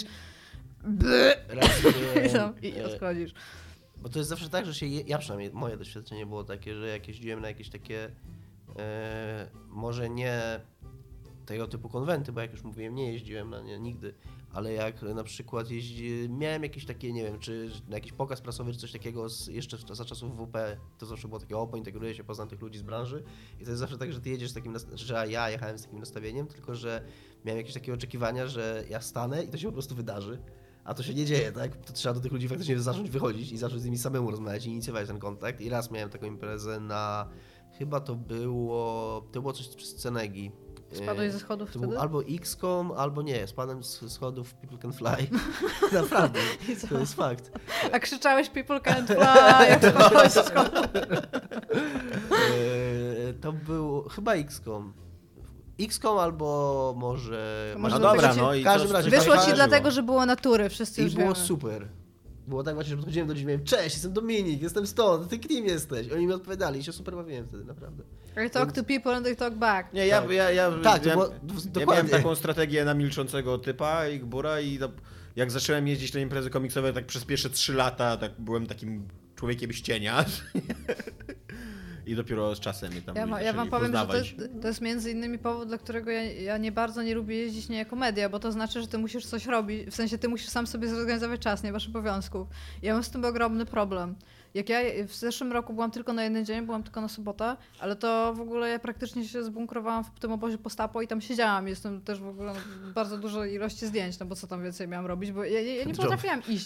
i odchodzisz. Bo to jest zawsze tak, że ja przynajmniej, moje doświadczenie było takie, że jak jeździłem na jakieś takie, może nie tego typu konwenty, bo jak już mówiłem, nie jeździłem na nie nigdy, ale jak na przykład miałem jakieś takie, nie wiem, czy na jakiś pokaz prasowy, czy coś takiego jeszcze za czasów WP, to zawsze było takie pointegruję się, poznam tych ludzi z branży i to jest zawsze tak, że ty jedziesz z takim, że ja jechałem z takim nastawieniem, tylko że miałem jakieś takie oczekiwania, że ja stanę i to się po prostu wydarzy. A to się nie dzieje, tak? To trzeba do tych ludzi faktycznie zacząć wychodzić i zacząć z nimi samemu rozmawiać i inicjować ten kontakt. I raz miałem taką imprezę chyba to było coś przez Cenegi. Spadłeś ze schodów to wtedy? Był albo XCOM, albo nie. Spadłem z schodów People Can Fly. Naprawdę, to jest fakt. A krzyczałeś People Can Fly, jak spadłeś ze schodów? To był chyba XCOM. XCOM albo może... No dobra, no i każdym razie wyszło ci dlatego, że było natury, wszyscy już było wiemy. super. Było tak właśnie, że podchodziłem do ludzi i mówiłem, cześć, jestem Dominik, jestem stąd, ty kim jesteś? Oni mi odpowiadali i się super bawiłem wtedy, naprawdę. I talk to people and they talk back. Nie, ja miałem taką strategię na milczącego typa i gbura i jak zacząłem jeździć na imprezy komiksowe, tak przez pierwsze 3 lata tak byłem takim człowiekiem z cienia. I dopiero z czasem mnie tam ja wam powiem, poznawać. że to jest między innymi powód, dla którego ja nie bardzo nie lubię jeździć nie jako media, bo to znaczy, że ty musisz coś robić, w sensie ty musisz sam sobie zorganizować czas, nie masz obowiązków. Ja mam z tym ogromny problem. Jak ja w zeszłym roku byłam tylko na jeden dzień, byłam tylko na sobotę, ale to w ogóle ja praktycznie się zbunkrowałam w tym obozie Postapo i tam siedziałam. Jestem też w ogóle bardzo dużej ilości zdjęć, no bo co tam więcej miałam robić, bo ja nie potrafiłam iść.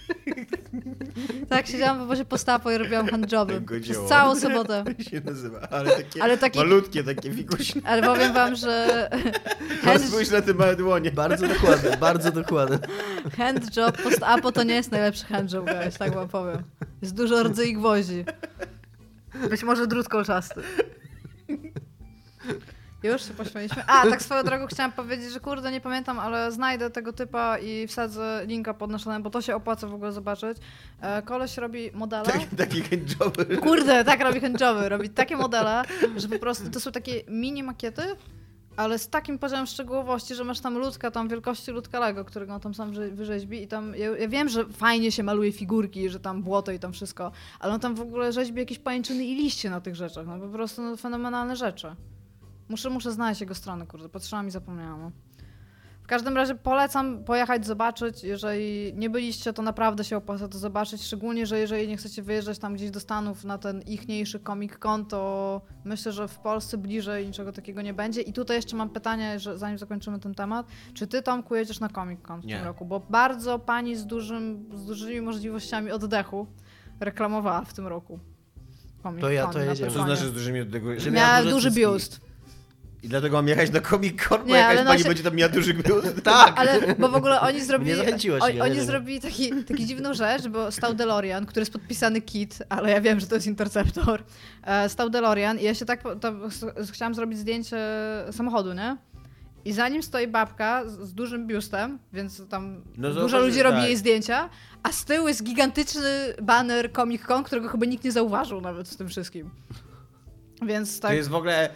Tak, siedziałam w obozie Postapo i robiłam handjoby przez całą sobotę. się nazywa, ale takie malutkie, takie figuśne. Ale powiem wam, że... Spójrz na te małe dłonie. Bardzo dokładne, bardzo dokładne. Handjob Postapo to nie jest najlepszy handjob, guys, tak wam powiem. Jest dużo rdzy i gwoździ. Być może drut kolczasty. Już się pośmialiśmy. A, tak swoją drogą chciałam powiedzieć, że kurde, nie pamiętam, ale znajdę tego typa i wsadzę linka pod naszym, bo to się opłaca w ogóle zobaczyć. Koleś robi modele. Taki handjoby. Kurde, tak robi handjoby. Robi takie modele, że po prostu to są takie mini makiety, ale z takim poziomem szczegółowości, że masz tam ludka, tam wielkości ludka Lego, którego on tam sam wyrzeźbi i tam, ja wiem, że fajnie się maluje figurki, że tam błoto i tam wszystko, ale on tam w ogóle rzeźbi jakieś pajęczyny i liście na tych rzeczach, no po prostu no, fenomenalne rzeczy. Muszę znaleźć jego stronę, kurde, patrzyłam i zapomniałam. No. W każdym razie polecam pojechać, zobaczyć, jeżeli nie byliście, to naprawdę się opłaca to zobaczyć, szczególnie, że jeżeli nie chcecie wyjeżdżać tam gdzieś do Stanów na ten ichniejszy Comic-Con, to myślę, że w Polsce bliżej niczego takiego nie będzie. I tutaj jeszcze mam pytanie, że zanim zakończymy ten temat, czy ty, Tomku, jedziesz na Comic-Con w tym roku? Bo bardzo pani z dużymi możliwościami oddechu reklamowała w tym roku Comic-Con. To jedziemy. Co znaczy z dużymi odległościami? Że miała duży biust. I dlatego mam jechać na Comic-Con, bo jakaś pani będzie tam miała duży biust. Tak! Ale, bo w ogóle oni zrobili... Nie zachęciłaś mnie, Oni zrobili taki dziwną rzecz, bo stał DeLorean, który jest podpisany KIT, ale ja wiem, że to jest Interceptor. Stał DeLorean i ja się tak... chciałam zrobić zdjęcie samochodu, nie? I za nim stoi babka z dużym biustem, więc tam dużo ludzi robi jej zdjęcia, a z tyłu jest gigantyczny baner Comic-Con, którego chyba nikt nie zauważył nawet z tym wszystkim. Więc tak... To jest w ogóle...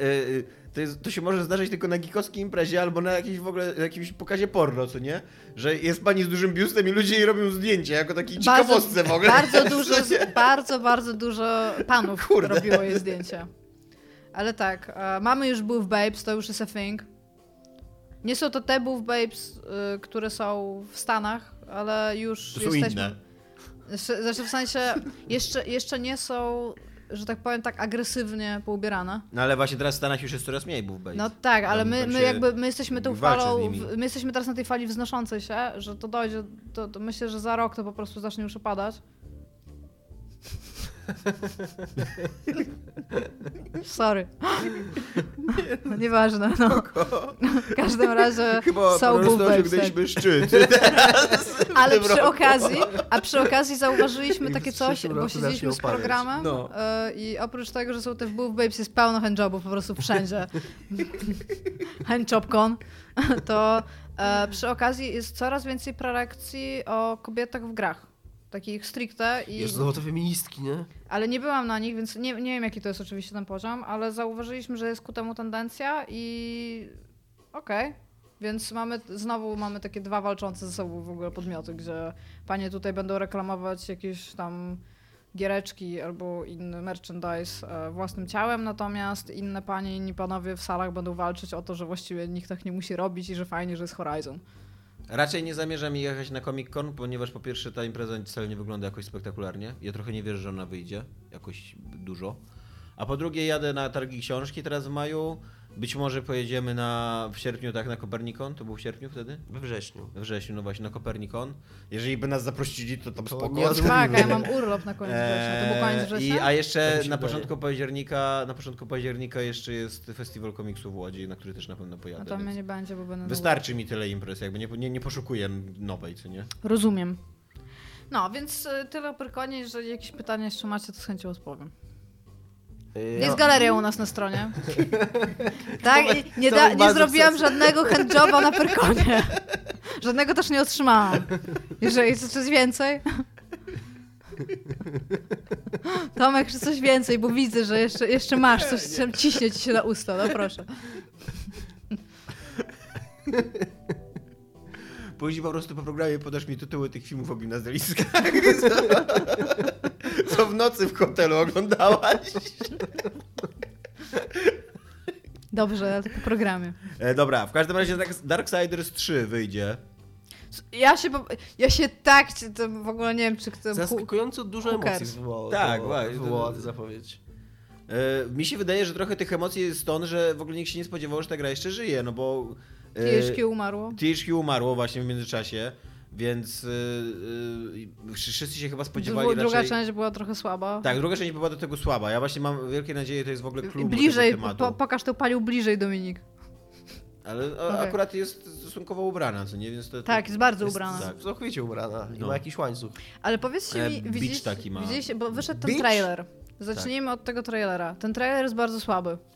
To się może zdarzyć tylko na geekowskiej imprezie albo na jakiejś w ogóle jakimś pokazie porno, co nie? Że jest pani z dużym biustem i ludzie jej robią zdjęcia jako takiej ciekawostce w ogóle. Bardzo dużo panów robiło jej zdjęcia. Ale tak, mamy już Booth Babes, to już jest a thing. Nie są to te Booth Babes, które są w Stanach, ale już to jesteśmy... To są inne. Znaczy w sensie jeszcze nie są, że tak powiem, tak agresywnie poubierane. No ale właśnie teraz w Stanach już jest coraz mniej Booth Babes. No tak, ale my jesteśmy tą falą, my jesteśmy teraz na tej fali wznoszącej się, że to dojdzie, to myślę, że za rok to po prostu zacznie już opadać. Sorry. No, nieważne, no. W każdym razie chyba są Booth Babes. Osiągnęliśmy szczyt. Ale przy okazji zauważyliśmy takie coś, bo siedzieliśmy z programem i oprócz tego, że są te w Booth Babes, jest pełno handjobów po prostu wszędzie. Handjobcon. To przy okazji jest coraz więcej prelekcji o kobietach w grach. Takich stricte. Jest znowu te feministki, nie? Ale nie byłam na nich, więc nie wiem, jaki to jest oczywiście ten poziom, ale zauważyliśmy, że jest ku temu tendencja i okej. Więc znowu mamy takie dwa walczące ze sobą w ogóle podmioty, gdzie panie tutaj będą reklamować jakieś tam giereczki albo inny merchandise własnym ciałem, natomiast inne panie, inni panowie w salach będą walczyć o to, że właściwie nikt tak nie musi robić i że fajnie, że jest Horizon. Raczej nie zamierzam jechać na Comic-Con, ponieważ po pierwsze ta impreza wcale nie wygląda jakoś spektakularnie. Ja trochę nie wierzę, że ona wyjdzie jakoś dużo. A po drugie jadę na targi książki teraz w maju. Być może pojedziemy w sierpniu, tak, na Kopernikon. To był w sierpniu wtedy? We wrześniu. We wrześniu, no właśnie, na Kopernikon. Jeżeli by nas zaprosili, to tam spoko. Tak, ja mam urlop na koniec września. To był koniec września? A jeszcze na początku października jeszcze jest Festiwal Komiksu w Łodzi, na który też na pewno pojadę. A tam mnie nie będzie, bo będę... Wystarczy mi tyle imprez, jakby nie poszukuję nowej, co nie? Rozumiem. No, więc tyle o Pyrkonie. Jeżeli jakieś pytania jeszcze macie, to z chęcią odpowiem. Jest galeria u nas na stronie. Tak, nie zrobiłam żadnego handjoba na Pyrkonie. Żadnego też nie otrzymałam. Jeżeli chcesz coś więcej. Tomek, czy coś więcej, bo widzę, że jeszcze masz coś, czym ciśnie ci się na usta, no proszę. Później po prostu po programie podasz mi tytuły tych filmów o gimnazjalistach. Co w nocy w hotelu oglądałaś? Dobrze, ale to po programie. Dobra, w każdym razie Darksiders 3 wyjdzie. Ja się tak, to w ogóle nie wiem, czy kto... Zaskakująco dużo emocji wywołała. Tak, wywołała ta zapowiedź. Mi się wydaje, że trochę tych emocji jest stąd, że w ogóle nikt się nie spodziewał, że ta gra jeszcze żyje, no bo... THQ umarło. THQ umarło właśnie w międzyczasie, więc wszyscy się chyba spodziewali raczej... Druga część była trochę słaba. Tak, druga część była do tego słaba. Ja właśnie mam wielkie nadzieje, to jest w ogóle klucz bliżej, tego tematu. Pokaż to palił bliżej, Dominik. Ale akurat jest stosunkowo ubrana, co nie? Więc tak, jest bardzo ubrana. Tak, całkowicie ubrana i ma jakiś łańcuch. Ale powiedzcie mi, widzieliście, bo wyszedł ten trailer. Zacznijmy od tego trailera. Ten trailer jest bardzo słaby.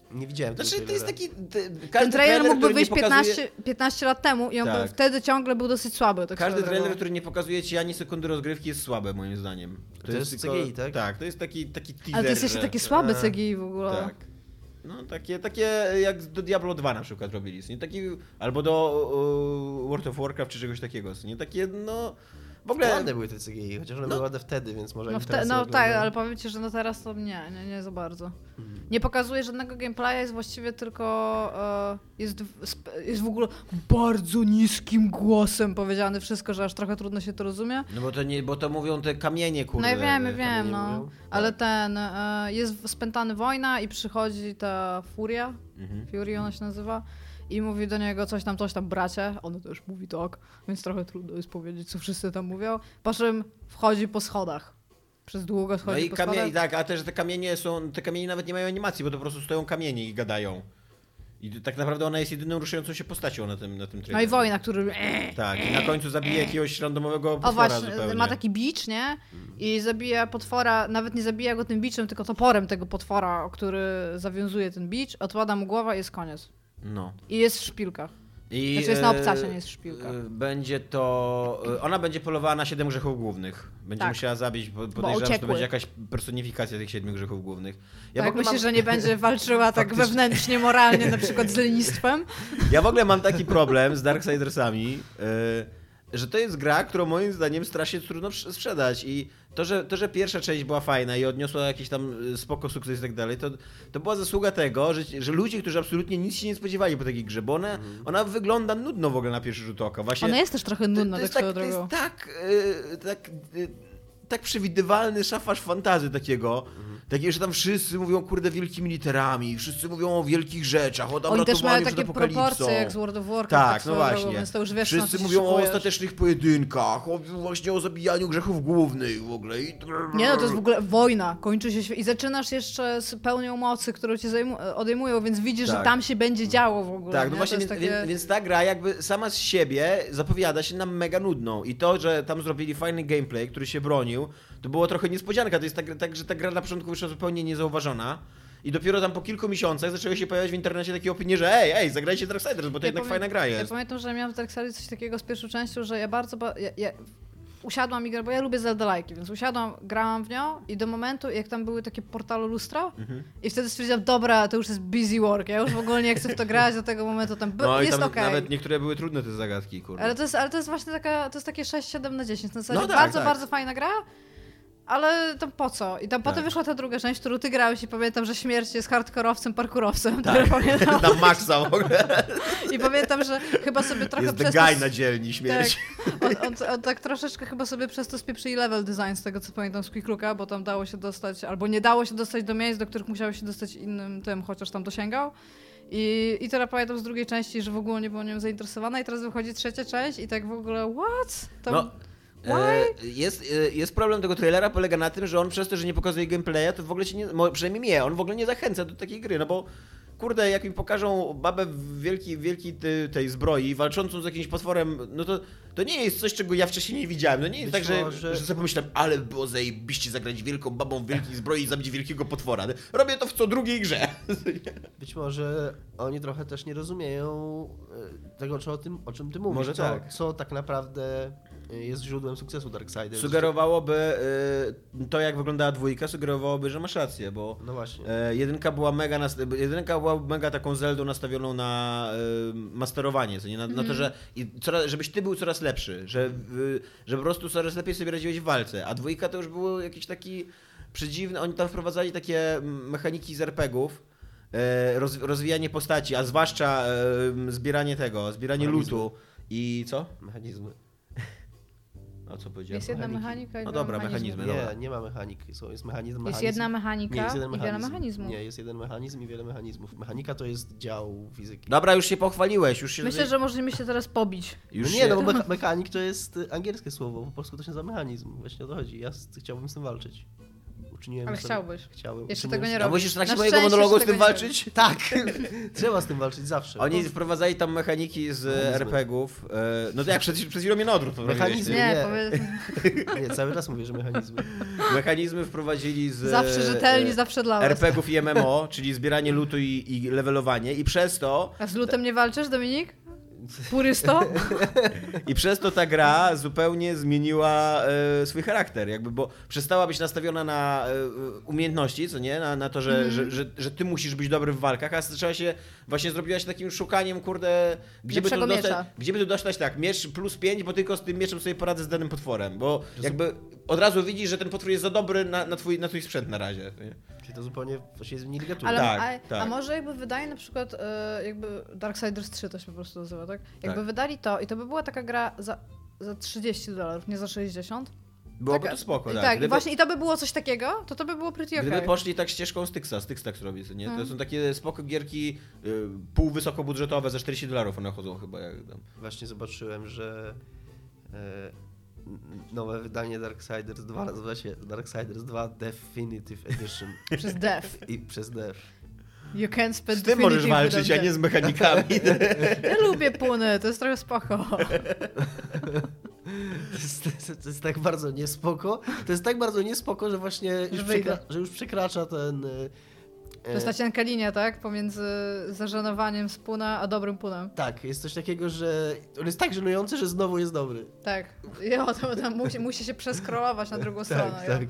Nie widziałem tego Znaczy, to jest trailera. taki... Ten trailer mógłby który wyjść nie pokazuje... 15 lat temu i on Tak. wtedy ciągle był dosyć słaby. Tak Każdy swoją trailer, drogą. który nie pokazuje ci ani sekundy rozgrywki, jest słaby, moim zdaniem. To jest CGI, tak? Tak, to jest taki teaser. Ale to jest jeszcze że- takie słabe CGI w ogóle. Tak. No takie jak do Diablo 2 na przykład robili, nie taki, albo do World of Warcraft czy czegoś takiego, nie takie, no w ogóle... Ładne były te CGI, chociaż one były ładne wtedy, więc może No, ich teraz nie tak, oglądam. ale powiem ci, że no teraz to nie za bardzo. Nie pokazuje żadnego gameplaya, jest właściwie tylko jest w ogóle bardzo niskim głosem powiedziane wszystko, że aż trochę trudno się to rozumie. No bo to mówią te kamienie, kurde. No ja wiem, kamienie no. mówią. Ale jest spętany wojna i przychodzi ta Furia, Fury ona się nazywa, i mówi do niego coś tam bracie, on też mówi tak, więc trochę trudno jest powiedzieć, co wszyscy tam mówią, po czym wchodzi po schodach. Przez długo No schodzi i po schodach. kamienie, tak, a też te kamienie nawet nie mają animacji, bo to po prostu stoją kamienie i gadają. I tak naprawdę ona jest jedyną ruszającą się postacią na tym trailerze. No i wojna, który... Tak, i na końcu zabije jakiegoś randomowego O potwora właśnie, zupełnie. ma taki bicz, nie? I zabija potwora, nawet nie zabija go tym biczem, tylko toporem tego potwora, który zawiązuje ten bicz, odpada mu głowa i jest koniec. No. I jest w szpilkach. I, Znaczy jest na obcasie, nie jest w szpilkach. Będzie to... Ona będzie polowała na 7 grzechów głównych. Będzie Tak. musiała zabić, podejrzewam, że to uciekły. będzie jakaś personifikacja tych 7 grzechów głównych. Ja w Tak, ogóle myślę, że nie będzie walczyła tak Faktycznie. wewnętrznie, moralnie, na przykład z lenistwem. Ja w ogóle mam taki problem z Darksidersami, że to jest gra, którą moim zdaniem strasznie trudno sprzedać i to, że pierwsza część była fajna i odniosła jakiś tam spoko sukces i tak dalej, to była zasługa tego, że ludzie, którzy absolutnie nic się nie spodziewali po takiej grze, bo ona wygląda nudno w ogóle na pierwszy rzut oka. Właśnie Ona jest też trochę nudna, tak swoją to jest drogą. tak przewidywalny szafarz fantazy takiego, że tam wszyscy mówią kurde wielkimi literami, wszyscy mówią o wielkich rzeczach, o tam Oni też mają ratowaniu przed takie apokalipsą. proporcje jak z World of Warcraft, Tak, swoją no właśnie. drogą, więc to już wiesz, wszyscy na co mówią się o szykujesz. ostatecznych pojedynkach, właśnie o zabijaniu grzechów głównych w ogóle. Nie no, to jest w ogóle wojna, kończy się świat. I zaczynasz jeszcze z pełnią mocy, którą ci odejmują, więc widzisz, Tak. że tam się będzie działo w ogóle. Tak, nie? no właśnie, To jest takie... więc ta gra jakby sama z siebie zapowiada się nam mega nudną. I to, że tam zrobili fajny gameplay, który się bronił, to było trochę niespodzianka. To jest tak, że ta gra na początku wyszła zupełnie niezauważona. I dopiero tam po kilku miesiącach zaczęły się pojawiać w internecie takie opinie, że ej, zagrajcie Darksiders, bo to jednak fajna gra jest. Ja pamiętam, że miałam w Darksiders coś takiego z pierwszą częścią, że ja bardzo... Ja usiadłam i grałam, bo ja lubię Zelda-lajki, więc usiadłam, grałam w nią i do momentu, jak tam były takie portale lustra i wtedy stwierdziłam, dobra, to już jest busy work, ja już w ogóle nie chcę w to grać, do tego momentu tam No i jest tam okej. nawet niektóre były trudne te zagadki, kurde. Ale to jest właśnie taka, to jest takie 6-7 na 10, na zasadzie No tak, bardzo, tak. bardzo fajna gra, ale tam po co? I tam potem wyszła ta druga część, którą ty grałeś i pamiętam, że śmierć jest hardkorowcem, parkurowcem. Tak, Pamiętam. na maksa w ogóle. I pamiętam, że chyba sobie trochę Jest the przez guy to... na dzielni śmierci. Tak, on tak troszeczkę chyba sobie przez to spieprzyli level design, z tego co pamiętam z Quick Looka, bo tam dało się dostać, albo nie dało się dostać do miejsc, do których musiało się dostać innym tym, chociaż tam dosięgał. I teraz pamiętam z drugiej części, że w ogóle nie byłam nią zainteresowana i teraz wychodzi trzecia część i tak w ogóle what? Tam... No, jest problem tego trailera, polega na tym, że on przez to, że nie pokazuje gameplaya, to w ogóle się nie, przynajmniej mnie, on w ogóle nie zachęca do takiej gry, no bo kurde, jak mi pokażą babę w wielkiej tej zbroi, walczącą z jakimś potworem, no to nie jest coś, czego ja wcześniej nie widziałem. No nie jest Być tak, może... że sobie pomyślałem, ale było zajebiście zagrać wielką babą w wielkiej zbroi i zabić wielkiego potwora. Robię to w co drugiej grze. Być może oni trochę też nie rozumieją tego, o czym ty mówisz. Może tak. Co tak naprawdę jest źródłem sukcesu Darksiders. Sugerowałoby to, jak wyglądała dwójka, sugerowałoby, że masz rację, bo No właśnie. jedynka była mega taką Zeldą nastawioną na masterowanie, co nie? Na to, że żebyś ty był coraz lepszy, że po prostu coraz lepiej sobie radziłeś w walce, a dwójka to już było jakiś taki przedziwny, oni tam wprowadzali takie mechaniki z RPG-ów, rozwijanie postaci, a zwłaszcza zbieranie lootu i co? Mechanizmy. A co powiedziałem? Jest jedna mechanika i No dwa dobra, mechanizmy. mechanizmy. Nie ma mechaniki. Jest mechanizm. Jest jedna mechanika Nie, jest jeden i wiele mechanizmów. Nie, jest jeden mechanizm i wiele mechanizmów. Mechanika to jest dział fizyki. Dobra, już się pochwaliłeś, już się... Myślę, że możemy się teraz pobić. Już No nie, się... no bo mechanik to jest angielskie słowo, po polsku to się nazywa mechanizm. Właśnie o to chodzi. Ja chciałbym z tym walczyć. uczyniłem Ale sobie... chciałbyś. Chciałem. Jeszcze uczyniłem tego nie sobie- A robisz. musisz w trakcie Na mojego szczęście monologu z się tym tego nie walczyć? Tak, trzeba z tym walczyć zawsze. Oni wprowadzali tam mechaniki z RPG-ów. No to jak przed chwilą mnie na odwrót Mechanizmy. powiedziałeś, Nie, Nie, cały czas mówię, że mechanizmy. Mechanizmy wprowadzili z zawsze rzetelni, zawsze dla was. RPG-ów i MMO, czyli zbieranie lootu i levelowanie i przez to A z lutem nie walczysz, Dominik? Purysto? I przez to ta gra zupełnie zmieniła swój charakter, jakby, bo przestała być nastawiona na umiejętności, co nie? Na to, że ty musisz być dobry w walkach, a zaczęła się, właśnie zrobiła się takim szukaniem, kurde, gdzie by tu dostać tak, miecz plus 5, bo tylko z tym mieczem sobie poradzę z danym potworem, bo jakby od razu widzisz, że ten potwór jest za dobry na twój sprzęt na razie. Nie? Czyli to zupełnie właśnie zmienili gatunek. Ale, Tak. a może jakby wydali na przykład jakby Darksiders 3 to się po prostu nazywa, tak? Jakby Tak. wydali to i to by była taka gra za $30, nie za 60. Byłoby to spoko, tak. Tak, właśnie i to by było coś takiego, to by było pretty Gdyby okay. poszli tak ścieżką Styx robi, co nie? To są takie spoko gierki półwysokobudżetowe za $40 one chodzą chyba. Jak tam. Właśnie zobaczyłem, że nowe wydanie Darksiders 2 nazywa się Darksiders 2 Definitive Edition. Przez dev. I przez dev. You can't spend Z tym możesz walczyć, a nie z mechanikami. Ja lubię puny, to jest trochę spoko. To jest tak bardzo niespoko. To jest tak bardzo niespoko, że właśnie już przekracza ten... To jest ta cienka linia, tak? Pomiędzy zażenowaniem z puna a dobrym punem. Tak, jest coś takiego, że on jest tak żenujący, że znowu jest dobry. Tak. To musi się przeskrolować na drugą stronę. Tak.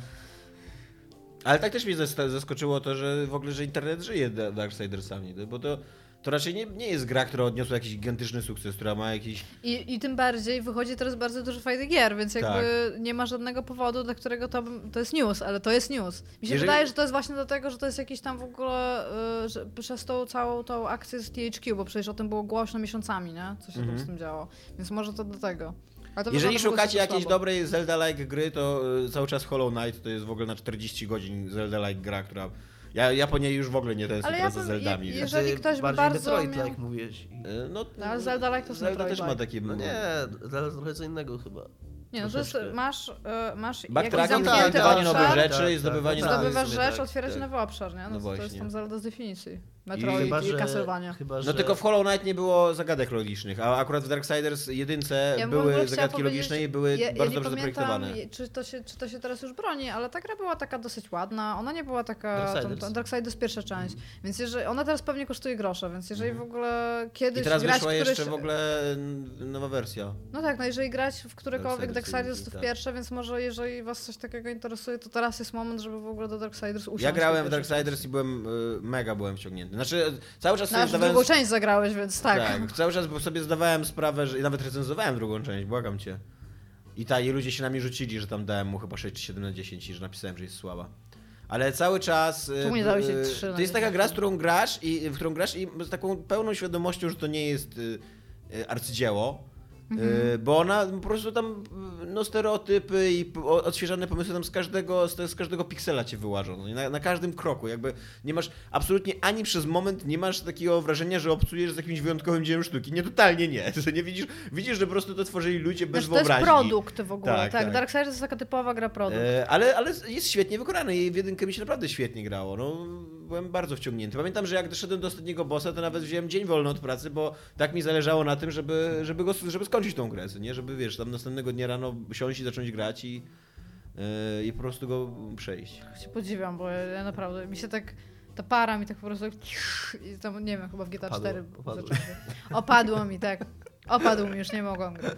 Ale tak też mnie zaskoczyło to, że w ogóle, że internet żyje Darksidersami, bo to raczej nie jest gra, która odniosła jakiś gigantyczny sukces, która ma jakiś... I tym bardziej wychodzi teraz bardzo dużo fajnych gier, więc jakby nie ma żadnego powodu, dla którego to jest news, ale to jest news. Mi się wydaje, że to jest właśnie dlatego, że to jest jakiś tam w ogóle, że przez tą całą tą akcję z THQ, bo przecież o tym było głośno miesiącami, nie? Co się tam z tym działo. Więc może to do tego. Jeżeli szukacie jakiejś dobrej Zelda-like gry, to cały czas Hollow Knight to jest w ogóle na 40 godzin Zelda-like gra, która... Ja po niej już w ogóle nie tęsknię za Zeldami. Jeżeli ktoś by bardzo miał... jak mówiłeś. No, ale Zelda-like to są Zelda też ma takie... No nie, Zelda trochę co innego chyba. Nie, no to jest, masz backtracking, jakiś zdobywanie nowych obszar, rzeczy i zdobywanie nowych... Zdobywasz rzecz, otwierasz nowy obszar, nie? No to jest tam Zelda z definicji. Metroid i Castlevania. No tylko w Hollow Knight nie było zagadek logicznych, a akurat w Darksiders 1 były zagadki logiczne i były bardzo dobrze zaprojektowane. Czy to się teraz już broni, ale ta gra była taka dosyć ładna, ona nie była taka... Darksiders pierwsza część, więc jeżeli, ona teraz pewnie kosztuje grosze, więc jeżeli w ogóle kiedyś I teraz grać wyszła jeszcze w ogóle nowa wersja. No tak, no jeżeli grać w którekolwiek Darksiders to w pierwsze, więc może jeżeli was coś takiego interesuje, to teraz jest moment, żeby w ogóle do Darksiders usiąść. Ja grałem w Darksiders i mega byłem wciągnięty. Znaczy, cały czas sobie zdawałem... drugą część zagrałeś, więc tak. Tak, cały czas sobie zdawałem sprawę, że nawet recenzowałem drugą część, błagam cię. I ludzie się na mnie rzucili, że tam dałem mu chyba 6 czy 7 na 10 i że napisałem, że jest słaba. Ale cały czas... Tu nie dałeś się 3 to jest taka gra, w którą grasz i z taką pełną świadomością, że to nie jest arcydzieło. Bo ona po prostu tam stereotypy i odświeżane pomysły tam z każdego piksela cię wyłażą. No, na każdym kroku. Jakby nie masz absolutnie ani przez moment nie masz takiego wrażenia, że obcujesz z jakimś wyjątkowym dziełem sztuki. Nie, totalnie nie. To nie widzisz, że po prostu to tworzyli ludzie bez wyobraźni. To jest produkt w ogóle. Tak. Darksiders to jest taka typowa gra produkt. Ale jest świetnie wykonany i w jedynkę mi się naprawdę świetnie grało. No, byłem bardzo wciągnięty. Pamiętam, że jak doszedłem do ostatniego bossa, to nawet wziąłem dzień wolny od pracy, bo tak mi zależało na tym, żeby skończyć tą grę, nie? Żeby, wiesz, tam następnego dnia rano siąść i zacząć grać i po prostu go przejść. Się podziwiam, bo ja naprawdę, mi się tak, ta para mi tak po prostu i tam, nie wiem, chyba w GTA 4 opadło mi, tak. Opadł mi, już nie mogłam grać.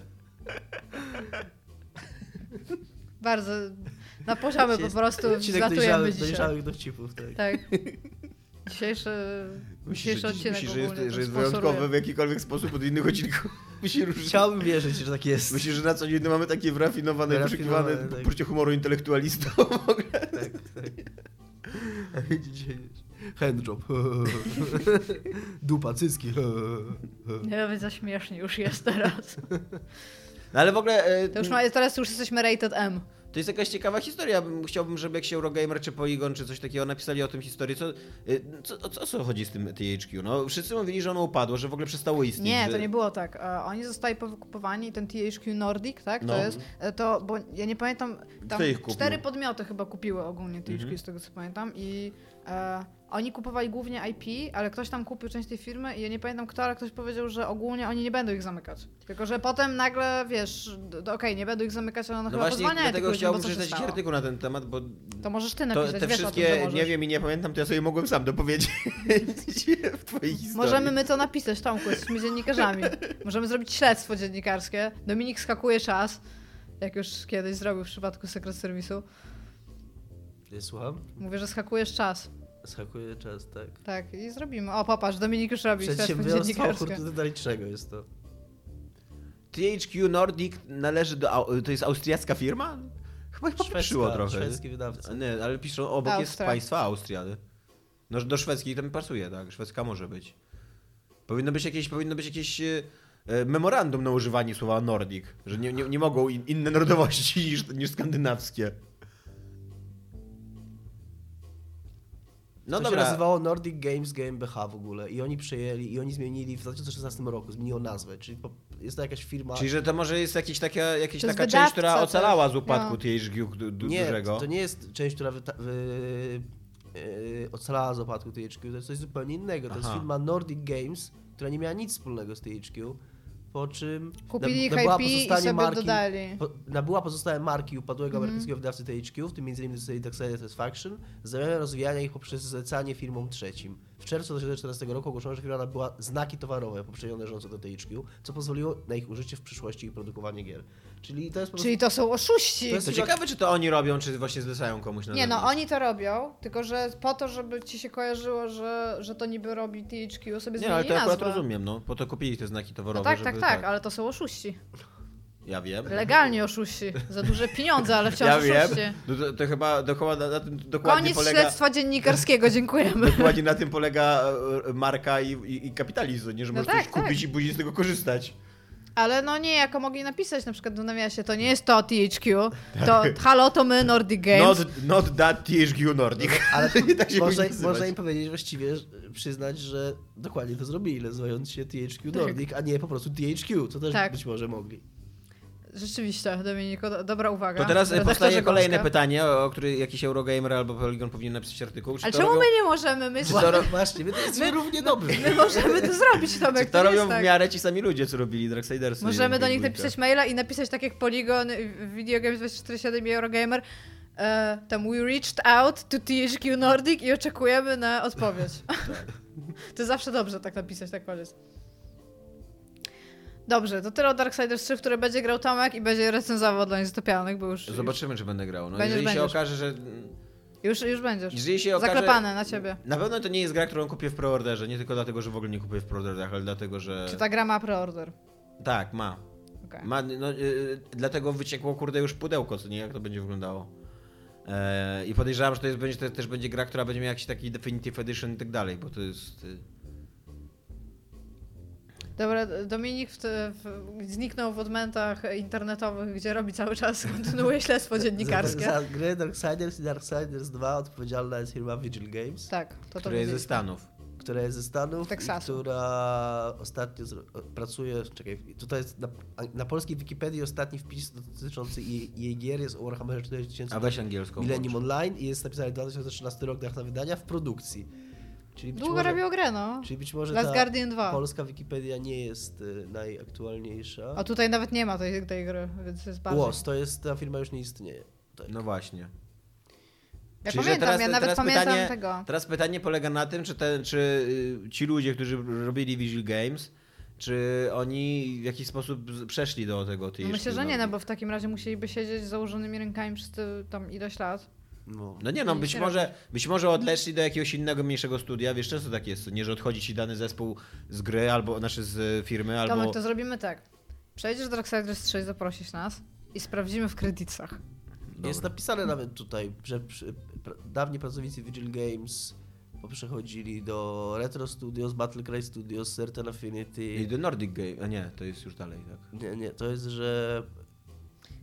Bardzo na poziomie po prostu zlatujemy dzisiaj. Dojrzałych dowcipów, tak. Tak. Dzisiejszy odcinek że jest wyjątkowy w jakikolwiek sposób od innych odcinków. Chciałbym wierzyć, że tak jest. Myślisz, że na co dzień mamy takie wyrafinowane, poszukiwane poczucie humoru intelektualistą w ogóle? Tak. A dzisiaj handjob. Dupa, cycki. Nie wiem, za śmiesznie już jest teraz. No ale w ogóle... Teraz już jesteśmy rated M. To jest jakaś ciekawa historia. Chciałbym, żeby jakiś Eurogamer czy Polygon czy coś takiego napisali o tym historii. O co chodzi z tym THQ? No, wszyscy mówili, że ono upadło, że w ogóle przestało istnieć. Nie, że... to nie było tak. Oni zostali powykupowani, ten THQ Nordic, tak? No. To jest, bo ja nie pamiętam, tam Kto ich kupił? 4 podmioty chyba kupiły ogólnie THQ, z tego co pamiętam i oni kupowali głównie IP, ale ktoś tam kupił część tej firmy i ja nie pamiętam kto, ale ktoś powiedział, że ogólnie oni nie będą ich zamykać. Tylko, że potem nagle, wiesz, okej, nie będą ich zamykać, ale one No chyba właśnie, pozwalniają dlatego tych ludzi, bo chciałbym co się przeczytać jakiś stało? artykuł na ten temat, bo To możesz ty to, napisać, te wiesz o tym, wszystkie, że możesz. nie wiem i nie pamiętam, to ja sobie mogłem sam dopowiedzieć w twojej historii. Możemy my to napisać, Tomku, jesteśmy dziennikarzami. Możemy zrobić śledztwo dziennikarskie. Dominik skakuje czas, jak już kiedyś zrobił w przypadku Secret Service'u. Słucham? Mówię, że skakujesz czas. Schakuję czas, tak. Tak, i zrobimy. O, popatrz, Dominik już robi śledztwo Przedsiębiorstwo dziennikarskie. hurtu detalicznego jest to. THQ Nordic należy do... To jest austriacka firma? Chyba ich popieszyło trochę. Szwedzki wydawca. Nie, ale piszą, obok jest Austria. państwa Austria. No, do szwedzkiej tam pasuje, tak? Szwedzka może być. Powinno być jakieś memorandum na używanie słowa Nordic, że nie mogą inne narodowości niż skandynawskie. No To dobra. się nazywało Nordic Games GmbH w ogóle i oni przejęli i oni zmienili w 2016 roku, zmieniło nazwę, czyli jest to jakaś firma... Czyli, że to może jest jakaś taka jest część, wydawca która ocalała też, z upadku no. THQ Nie, dużego. to nie jest część, która ocalała z upadku THQ, to jest coś zupełnie innego. To jest Aha. firma Nordic Games, która nie miała nic wspólnego z THQ, po czym Kupili ich nabyła IP i pozostanie sobie dodali. nabyła pozostałe marki upadłego Mhm. amerykańskiego wydawcy THQ, w tym m.in. dostali Darksiders Satisfaction, z zamiarem rozwijania ich poprzez zlecanie firmom trzecim. W czerwcu 2014 roku ogłoszono, że firma nabyła znaki towarowe poprzednio należące do THQ, co pozwoliło na ich użycie w przyszłości i produkowanie gier. Czyli to jest po prostu... Czyli to są oszuści. To jest To ciekawe, czy to oni robią, czy właśnie zlecają komuś na Nie no, zewnątrz. oni to robią, tylko że po to, żeby ci się kojarzyło, że to niby robi THQ, sobie Nie, ale zmienili to akurat nazwę. rozumiem, no. Po to kupili te znaki No towarowe, tak, żeby... tak, ale to są oszuści. Ja wiem. Legalnie oszuści. Za duże pieniądze, ale wciąż Ja wiem. oszuści. To chyba na tym dokładnie Koniec polega... śledztwa dziennikarskiego, dziękujemy. Dokładnie na tym polega marka i kapitalizm, nie? Że No możesz tak, coś kupić i później z tego korzystać. Ale no nie, jako mogli napisać na przykład w nawiasie, to nie jest to THQ, to halo, to my Nordic Games. Not that THQ Nordic. Ale tak się powinno nazywać. można im powiedzieć właściwie, przyznać, że dokładnie to zrobili, nazywając się THQ Nordic, a nie po prostu THQ, co też Tak. być może mogli. Rzeczywiście, Dominiko, dobra uwaga. To teraz Redaktorze powstaje kolejne Gąska. pytanie, o który jakiś Eurogamer albo Polygon powinien napisać artykuł. Czy Ale to czemu robią, my nie możemy? My, Właśnie, my to jesteśmy równie dobrzy. my możemy to zrobić, czy Tomek, to nie robią jest w tak. miarę ci sami ludzie, co robili Darksidersy? Możemy do nich dwójkę. napisać maila i napisać tak jak Polygon, Video Games 247 i Eurogamer. Tam we reached out to THQ Nordic i oczekujemy na odpowiedź. To zawsze dobrze tak napisać, tak koniec. Dobrze, to tyle o Darksiders 3, w które będzie grał Tomek i będzie recenzował dla Niezasypialnych, bo już... Zobaczymy, czy będę grał. No, Będziesz, jeżeli się będziesz. okaże, że... Już będziesz. Jeżeli się okaże... Zaklepane na ciebie. Na pewno to nie jest gra, którą kupię w preorderze. Nie tylko dlatego, że w ogóle nie kupuję w preorderach, ale dlatego, że... Czy ta gra ma preorder? Tak, ma. Okay. Dlatego wyciekło, kurde, już pudełko, co nie, jak to będzie wyglądało. I podejrzewam, że to też będzie gra, która będzie miała jakiś taki Definitive Edition i tak dalej, bo to jest... Dobra, Dominik zniknął w odmętach internetowych, gdzie robi cały czas, kontynuuje śledztwo dziennikarskie. Za gry Darksiders i Darksiders 2 odpowiedzialna jest firma Vigil Games, Tak, to Które jest ze wiedzieliśmy. Stanów. która jest ze Stanów, Teksasu. i która ostatnio pracuje, tutaj jest na polskiej Wikipedii ostatni wpis dotyczący jej gier jest o Warhammerze 4000 A weź angielską. Millennium Online i jest napisany 2013 rok, data wydania w produkcji. Czyli być Długo może, robił grę, no. Czyli być może Last ta Guardian 2. polska Wikipedia nie jest najaktualniejsza. A tutaj nawet nie ma tej gry, więc jest bardziej. WOS, ta firma już nie istnieje. Tak. No właśnie. Ja Czyli, że pamiętam, ja nawet teraz pamiętam pytanie, tego. Teraz pytanie polega na tym, czy ci ludzie, którzy robili Vigil Games, czy oni w jakiś sposób przeszli do tego THQ? No myślę, że nie, no bo w takim razie musieliby siedzieć z założonymi rękami przez tam ileś lat. No nie no, Nic być może odeszli do jakiegoś innego, mniejszego studia, wiesz, często tak jest, nie, że odchodzi ci dany zespół z gry, albo z firmy, albo... Tomek, to zrobimy tak. Przejdziesz do Darksiders 3, zaprosisz nas i sprawdzimy w kredytach. Jest napisane nawet tutaj, że dawni pracownicy Vigil Games przechodzili do Retro Studios, Battlecry Studios, Certain Affinity. I do Nordic Game, a nie, to jest już dalej, tak? Nie, to jest, że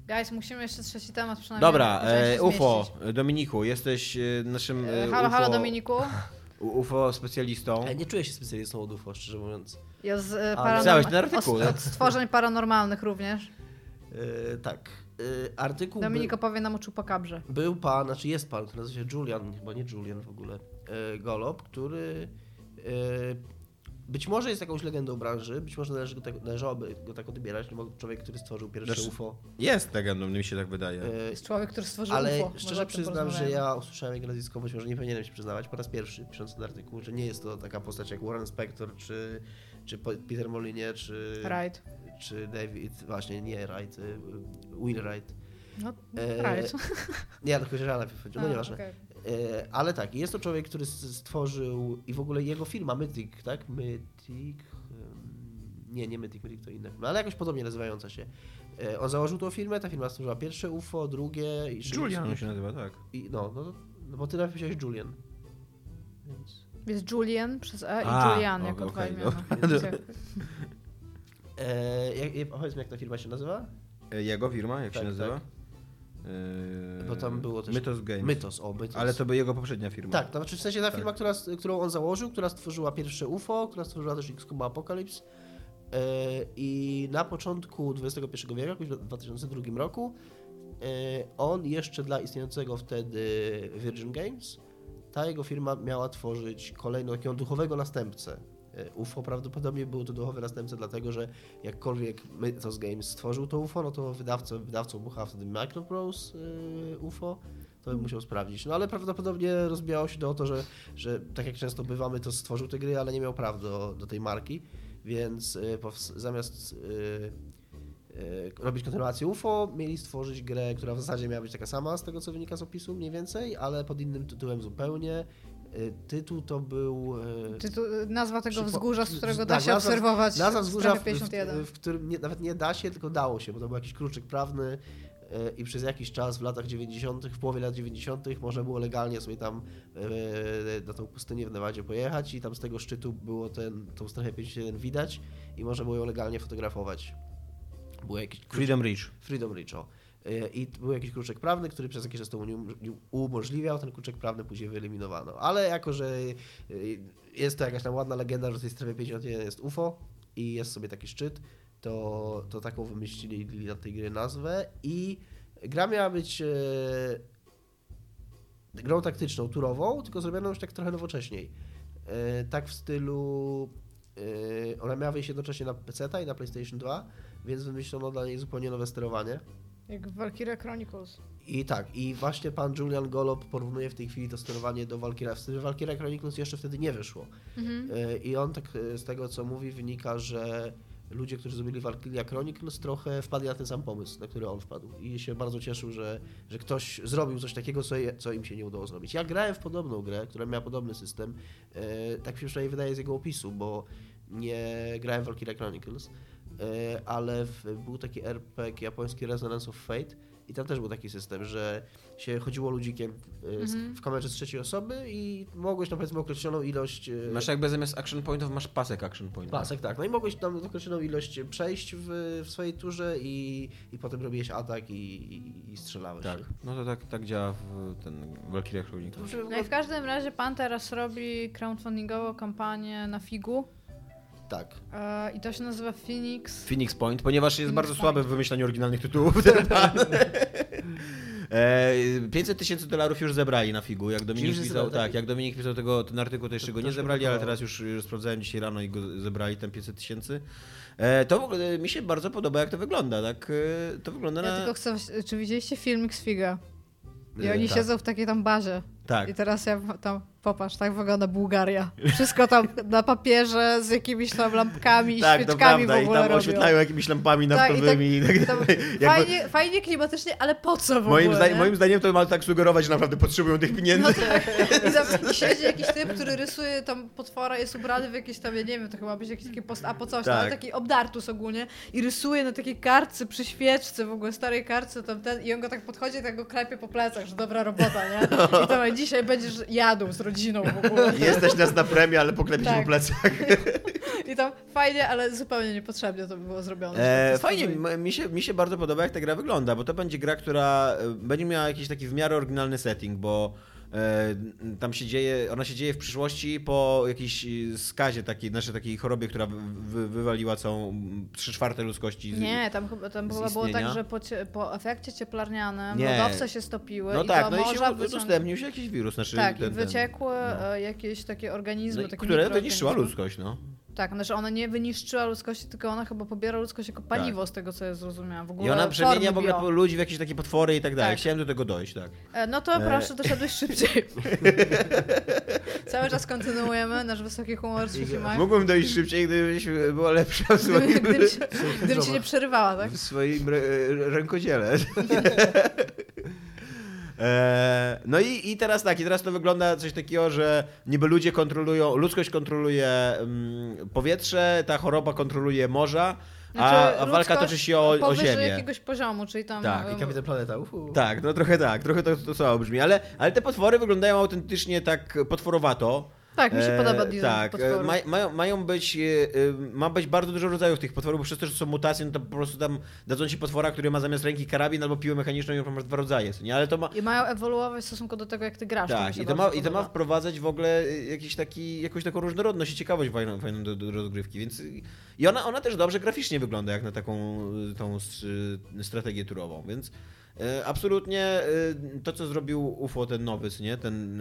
Guys, musimy jeszcze trzeci temat przynajmniej. Dobra, UFO. zmieścić. Dominiku, jesteś naszym Halo, UFO, halo Dominiku. UFO specjalistą. Nie czuję się specjalistą od UFO, szczerze mówiąc. Ja z Pisałeś ten artykuł, od stworzeń paranormalnych również. Tak. Artykuł Dominik opowie nam o Chupacabrzy. był pan, znaczy jest pan, który nazywa się Julian, chyba nie Julian w ogóle, Golob, który być może jest jakąś legendą branży, być może należałoby go tak odbierać, no bo człowiek, który stworzył pierwsze UFO. Jest legendą, mi się tak wydaje. Jest człowiek, który stworzył Ale UFO. szczerze przyznam, że ja usłyszałem jego nazwisko, być może nie powinienem się przyznawać po raz pierwszy, pisząc ten artykuł, że nie jest to taka postać jak Warren Spector, czy Peter Molyneux, czy David, właśnie nie Wright, Will Wright. No, Wright. Nie, to chyba najpierw, no nieważne. Okay. Ale tak, jest to człowiek, który stworzył i w ogóle jego firma Mythic, tak? Mythic? Nie Mythic to inne. No ale jakoś podobnie nazywająca się. On założył tą firmę, ta firma stworzyła pierwsze UFO, drugie... Julian on się nazywa, tak. No bo ty najpierw powiedziałeś Julian. Więc... Jest Julian przez E i Julian jako dwa imiona. Powiedz mi, jak ta firma się nazywa? Jego firma, jak się nazywa? Tak. Bo tam było też... Mythos Games. Mythos. Ale to by jego poprzednia firma. Tak, to znaczy w sensie ta firma, którą on założył, która stworzyła pierwsze UFO, która stworzyła też XCOM Apocalypse i na początku XXI wieku, jakoś w 2002 roku, on jeszcze dla istniejącego wtedy Virgin Games, ta jego firma miała tworzyć kolejnego takiego duchowego następcę. UFO prawdopodobnie był to duchowy następca, dlatego że jakkolwiek Mythos Games stworzył to UFO, no to wydawcą była wtedy Microprose UFO, to bym musiał sprawdzić. No ale prawdopodobnie rozbijało się o to, że tak jak często bywamy, to stworzył te gry, ale nie miał praw do tej marki, więc zamiast robić kontynuację UFO, mieli stworzyć grę, która w zasadzie miała być taka sama, z tego co wynika z opisu mniej więcej, ale pod innym tytułem zupełnie. Tytuł to był... Nazwa tego wzgórza, z którego da się obserwować nazwa wzgórza, 51. w którym nawet nie da się, tylko dało się, bo to był jakiś kruczek prawny i przez jakiś czas w latach 90., w połowie lat 90. można było legalnie sobie tam na tą pustynię w Nevadzie pojechać i tam z tego szczytu było tą strefę 51 widać i można było ją legalnie fotografować. Był jakiś Freedom Ridge, o. I był jakiś kruczek prawny, który przez jakiś czas to umożliwiał, ten kruczek prawny później wyeliminowano. Ale jako, że jest to jakaś tam ładna legenda, że w tej strefie 51 jest UFO i jest sobie taki szczyt, to taką wymyślili dla tej gry nazwę i gra miała być grą taktyczną, turową, tylko zrobioną już tak trochę nowocześniej. Tak w stylu... Ona miała wyjść jednocześnie na PC-ta i na PlayStation 2, więc wymyślono dla niej zupełnie nowe sterowanie. Jak Valkyria Chronicles. I tak, i właśnie pan Julian Golob porównuje w tej chwili to sterowanie do Valkyria. Valkyria Chronicles jeszcze wtedy nie wyszło. I on tak z tego, co mówi, wynika, że ludzie, którzy zrobili Valkyria Chronicles, trochę wpadli na ten sam pomysł, na który on wpadł. I się bardzo cieszył, że ktoś zrobił coś takiego, co im się nie udało zrobić. Ja grałem w podobną grę, która miała podobny system. Tak mi się przynajmniej wydaje z jego opisu, bo nie grałem w Valkyria Chronicles, ale był taki RPG japoński Resonance of Fate i tam też był taki system, że się chodziło ludzikiem w kamerze z trzeciej osoby i mogłeś tam powiedzmy określoną ilość... Masz jakby zamiast action pointów masz pasek action pointów. Pasek, tak. No i mogłeś tam określoną ilość przejść w swojej turze i potem robiłeś atak i strzelałeś. Tak. No to tak działa w ten Valkyria Chronicles. No i w każdym razie pan teraz robi crowdfundingową kampanię na Figu. Tak. I to się nazywa Phoenix Point, ponieważ jest bardzo słaby w wymyślaniu oryginalnych tytułów. $500,000 już zebrali na Figu, jak Dominik pisał, jak Dominik pisał ten artykuł, to jeszcze go nie zebrali, ale teraz już sprawdzałem dzisiaj rano i go zebrali, ten 500,000. To w ogóle mi się bardzo podoba, jak to wygląda, tak? To wygląda tylko chcę, czy widzieliście filmik z Figa? I oni siedzą w takiej tam barze. Tak. I teraz ja tam, popatrz, tak wygląda Bułgaria. Wszystko tam na papierze z jakimiś tam lampkami i świeczkami w ogóle i tam robią. Oświetlają jakimiś lampami naftowymi. Fajnie, klimatycznie, ale po co w ogóle? Moim zdaniem to ma tak sugerować, że naprawdę potrzebują tych pieniędzy. No tak. I siedzi jakiś typ, który rysuje tam potwora, jest ubrany w jakieś tam, ja nie wiem, to chyba być jakiś taki post-apo coś, ale taki obdartus ogólnie i rysuje na takiej kartce przy świeczce, w ogóle starej kartce tam i on go tak podchodzi i tak go klepie po plecach, że dobra robota, nie? I to że dzisiaj będziesz jadł z rodziną w ogóle. Nie jesteś nas na premię, ale poklepić po plecach. I tam fajnie, ale zupełnie niepotrzebnie to by było zrobione. Fajnie, mi się bardzo podoba, jak ta gra wygląda, bo to będzie gra, która będzie miała jakiś taki w miarę oryginalny setting, bo tam się dzieje, ona się dzieje w przyszłości po jakiejś skazie takiej chorobie, która wywaliła całą 3/4 ludzkości. Nie, tam chyba było tak, że po efekcie cieplarnianym lodowce się stopiły no i tak, do no morza i się udostępnił się jakiś wirus. Znaczy tak, i wyciekły jakieś takie organizmy, no, takie które wyniszczyła ludzkość, no. Tak, znaczy ona nie wyniszczyła ludzkości, tylko ona chyba pobiera ludzkość jako paliwo, z tego co ja zrozumiałam. W ogóle i ona przemienia w ogóle bio. ludzi w jakieś takie potwory i tak dalej. Tak. Chciałem do tego dojść, tak. No to proszę, doszedłeś szybciej. Cały czas kontynuujemy nasz wysoki humor z filmami. Mógłbym dojść szybciej, gdybyś była lepsza w swoim... Gdybym ci nie przerywała, tak? W swoim rękodziele. No i teraz tak, i teraz to wygląda coś takiego, że niby ludzkość kontroluje powietrze, ta choroba kontroluje morza, a walka toczy się o ziemię. Jakiegoś poziomu, czyli tam... Tak, i Kapitan Planeta. Tak, no trochę to słabo brzmi, ale te potwory wyglądają autentycznie tak potworowato. Tak, mi się podoba design tak, potworów. Ma być bardzo dużo rodzajów tych potworów, bo przez to, że są mutacje, no to po prostu tam dadzą ci potwora, który ma zamiast ręki karabin albo piłę mechaniczną i masz 2 rodzaje, nie? Ale to ma... I mają ewoluować w stosunku do tego, jak ty grasz. Tak, i to ma wprowadzać w ogóle jakąś taką różnorodność i ciekawość fajną do rozgrywki, więc... I ona też dobrze graficznie wygląda, jak na tą strategię turową, więc... Absolutnie to, co zrobił UFO, ten nowy, nie?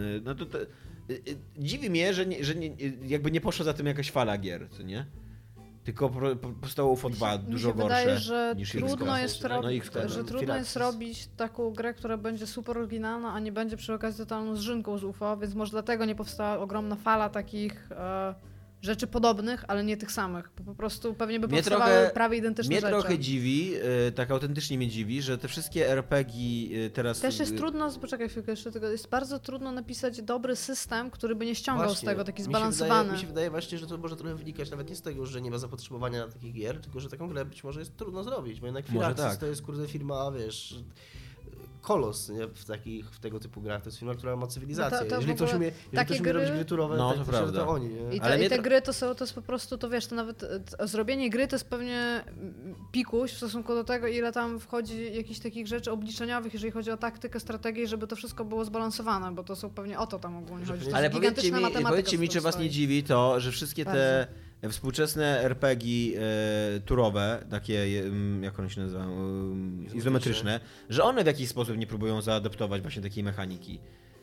Dziwi mnie, że jakby nie poszła za tym jakaś fala gier, co nie? Tylko powstało UFO 2 dużo gorsze wydaje, że niż trudno jest trudno jest robić taką grę, która będzie super oryginalna, a nie będzie przy okazji totalną zżynką z UFO, więc może dlatego nie powstała ogromna fala takich rzeczy podobnych, ale nie tych samych. Bo po prostu pewnie by powstawały prawie identyczne rzeczy. Mnie trochę dziwi, tak autentycznie mnie dziwi, że te wszystkie RPG teraz... Też jest trudno, poczekaj chwilkę jeszcze tego, jest bardzo trudno napisać dobry system, który by nie ściągał z tego, taki zbalansowany. Mi się wydaje właśnie, że to może trochę wynikać nawet nie z tego, że nie ma zapotrzebowania na takich gier, tylko że taką grę być może jest trudno zrobić, bo jednak Firaxis to jest kurde firma, wiesz... kolos, nie? W tego typu grach. To jest firma, która ma cywilizację. Jeżeli ktoś umie robić gry turowe, to prawda. To oni. Nie? I te gry to jest po prostu, to wiesz, to nawet zrobienie gry to jest pewnie pikuś w stosunku do tego, ile tam wchodzi jakichś takich rzeczy obliczeniowych, jeżeli chodzi o taktykę, strategię, żeby to wszystko było zbalansowane, bo to są pewnie o to tam ogólnie chodzi. Ale powiedzcie mi, czy was nie dziwi to, że wszystkie te współczesne RPG turowe, takie, jak one się nazywają, izometryczne, że one w jakiś sposób nie próbują zaadaptować właśnie takiej mechaniki.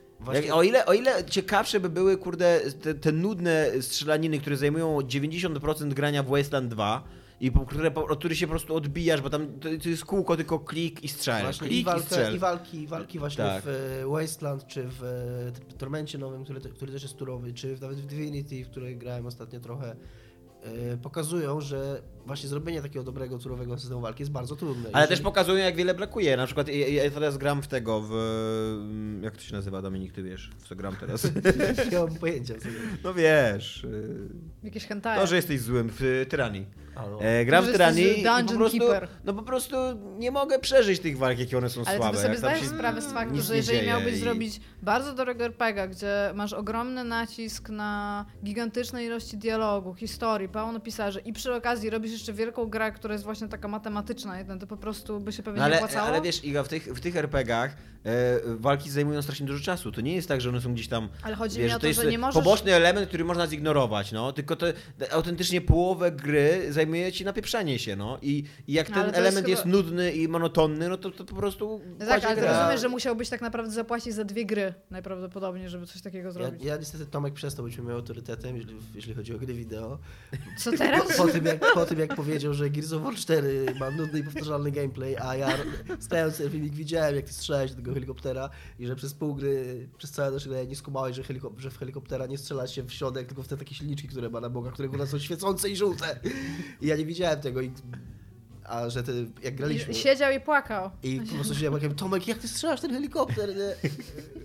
O ile ciekawsze by były, kurde, te nudne strzelaniny, które zajmują 90% grania w Wasteland 2 i od których się po prostu odbijasz, bo tam to jest kółko, tylko klik i strzel. Walki właśnie w Wasteland, czy w Tormencie nowym, który też jest turowy, czy nawet w Divinity, w której grałem ostatnio trochę, pokazują, że właśnie zrobienie takiego dobrego, turowego systemu walki jest bardzo trudne. Ale też pokazują, jak wiele brakuje. Na przykład ja teraz gram w tego, jak to się nazywa, Dominik, ty wiesz, w co gram teraz? Nie mam pojęcia. No wiesz. Jakieś hentaje. To, że jesteś złym w Tyranii. Gram w Tyranii i po prostu nie mogę przeżyć tych walk, jakie one są słabe. Ale ty sobie zdajesz sprawę z faktu, że jeżeli miałbyś zrobić bardzo dobrego RPG, gdzie masz ogromny nacisk na gigantyczne ilości dialogu, historii, pełno pisarzy i przy okazji robisz jeszcze wielką grę, która jest właśnie taka matematyczna, to po prostu by się pewnie nie opłacało. Ale wiesz, Iga, w tych RPG-ach walki zajmują strasznie dużo czasu. To nie jest tak, że one są gdzieś tam... Ale chodzi mi o to, że nie możesz... poboczny element, który można zignorować, no. Tylko to autentycznie połowę gry zajmuje ci napieprzanie się, no. I jak ten element jest nudny i monotonny, no to po prostu... No tak, ale rozumiesz, że musiałbyś tak naprawdę zapłacić za 2 gry najprawdopodobniej, żeby coś takiego zrobić. Ja niestety, Tomek, przestał być moim autorytetem, jeżeli chodzi o gry wideo. Co teraz? Po tym jak powiedział, że Gears of War 4 ma nudny i powtarzalny gameplay, a ja stając ten filmik widziałem, jak ty strzelałeś do tego helikoptera i że przez pół gry, przez całe nasze grę nie skumałeś, że w helikoptera nie strzela się w środek, tylko w te takie silniczki, które ma na bokach, które u nas są świecące i żółte. I ja nie widziałem tego. A że jak graliśmy... Siedział i płakał. I po prostu siedziałem, Tomek, jak ty strzelasz ten helikopter, nie?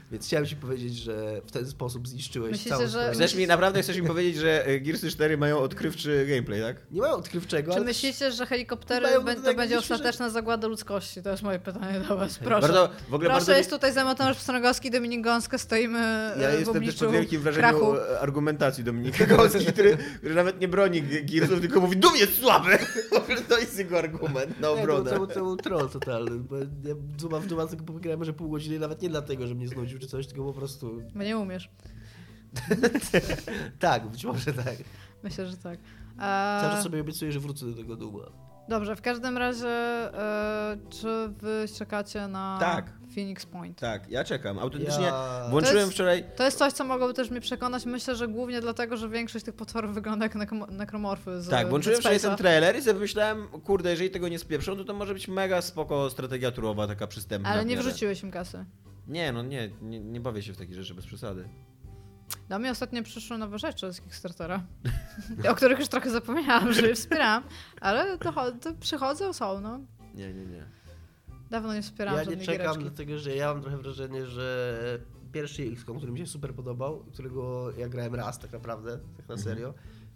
Więc chciałem ci powiedzieć, że w ten sposób zniszczyłeś Myślicie, całą że- swoją... Naprawdę chcesz mi powiedzieć, że Gearsy 4 mają odkrywczy gameplay, tak? Nie mają odkrywczego, Czy ale myślicie, że helikoptery mają do to tego będzie jeszcze ostateczna zagłada ludzkości? To jest moje pytanie do was. Proszę. W ogóle Proszę, bardzo jest tutaj Mateusz Pstrągowski, Dominik Gąska, stoimy Ja w jestem też obliczu pod wielkim wrażeniem krachu. argumentacji Dominika Gąski, który nawet nie broni Gearsów, tylko mówi, Doom jest słaby! To jest jego argument na nie, obronę. to był troll totalny. Bo ja w Duma tylko pograłem może pół godziny, nawet nie dlatego, że mnie znudził czy coś, tylko po prostu... Bo nie umiesz. Tak, być może tak. Myślę, że tak. Cały czas sobie obiecuję, że wrócę do tego Duma. Dobrze, w każdym razie czy wy czekacie na Tak. Phoenix Point? Tak, ja czekam. Autentycznie To jest- wczoraj... To jest coś, co mogłoby też mnie przekonać. Myślę, że głównie dlatego, że większość tych potworów wygląda jak nekromorfy z Tak, włączyłem Dead wczoraj Space'a. ten trailer i sobie pomyślałem, kurde, jeżeli tego nie spieprzą, to może być mega spoko strategia turowa, taka przystępna. Ale w nie miarę. wrzuciłeś im kasy. Nie, no nie bawię się w takie rzeczy bez przesady. Do mnie ostatnio przyszły nowe rzeczy z Kickstartera, o których już trochę zapomniałam, że je wspieram, ale to przychodzą, są, no. Nie. Dawno nie wspierałam Ja nie żadnej czekam, giereczki. dlatego że ja mam trochę wrażenie, że pierwszy XCOM, który mi się super podobał, którego ja grałem raz tak naprawdę, tak na serio,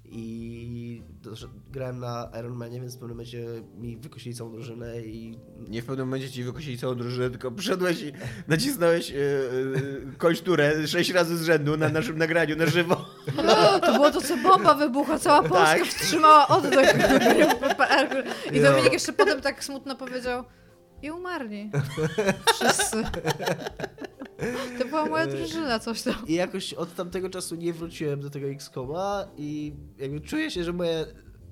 i grałem na Iron Manie, więc w pewnym momencie mi wykosili całą drużynę i... Nie w pewnym momencie ci wykosili całą drużynę, tylko przyszedłeś i nacisnąłeś kończturę 6 razy z rzędu na naszym nagraniu na żywo. To było to, co bomba wybuchła, cała Polska Tak. wstrzymała oddech. I Jo. Dominik jeszcze potem tak smutno powiedział i umarli. Wszyscy. To była moja drużyna, coś tam. I jakoś od tamtego czasu nie wróciłem do tego XCOMa i jakby czuję się, że moje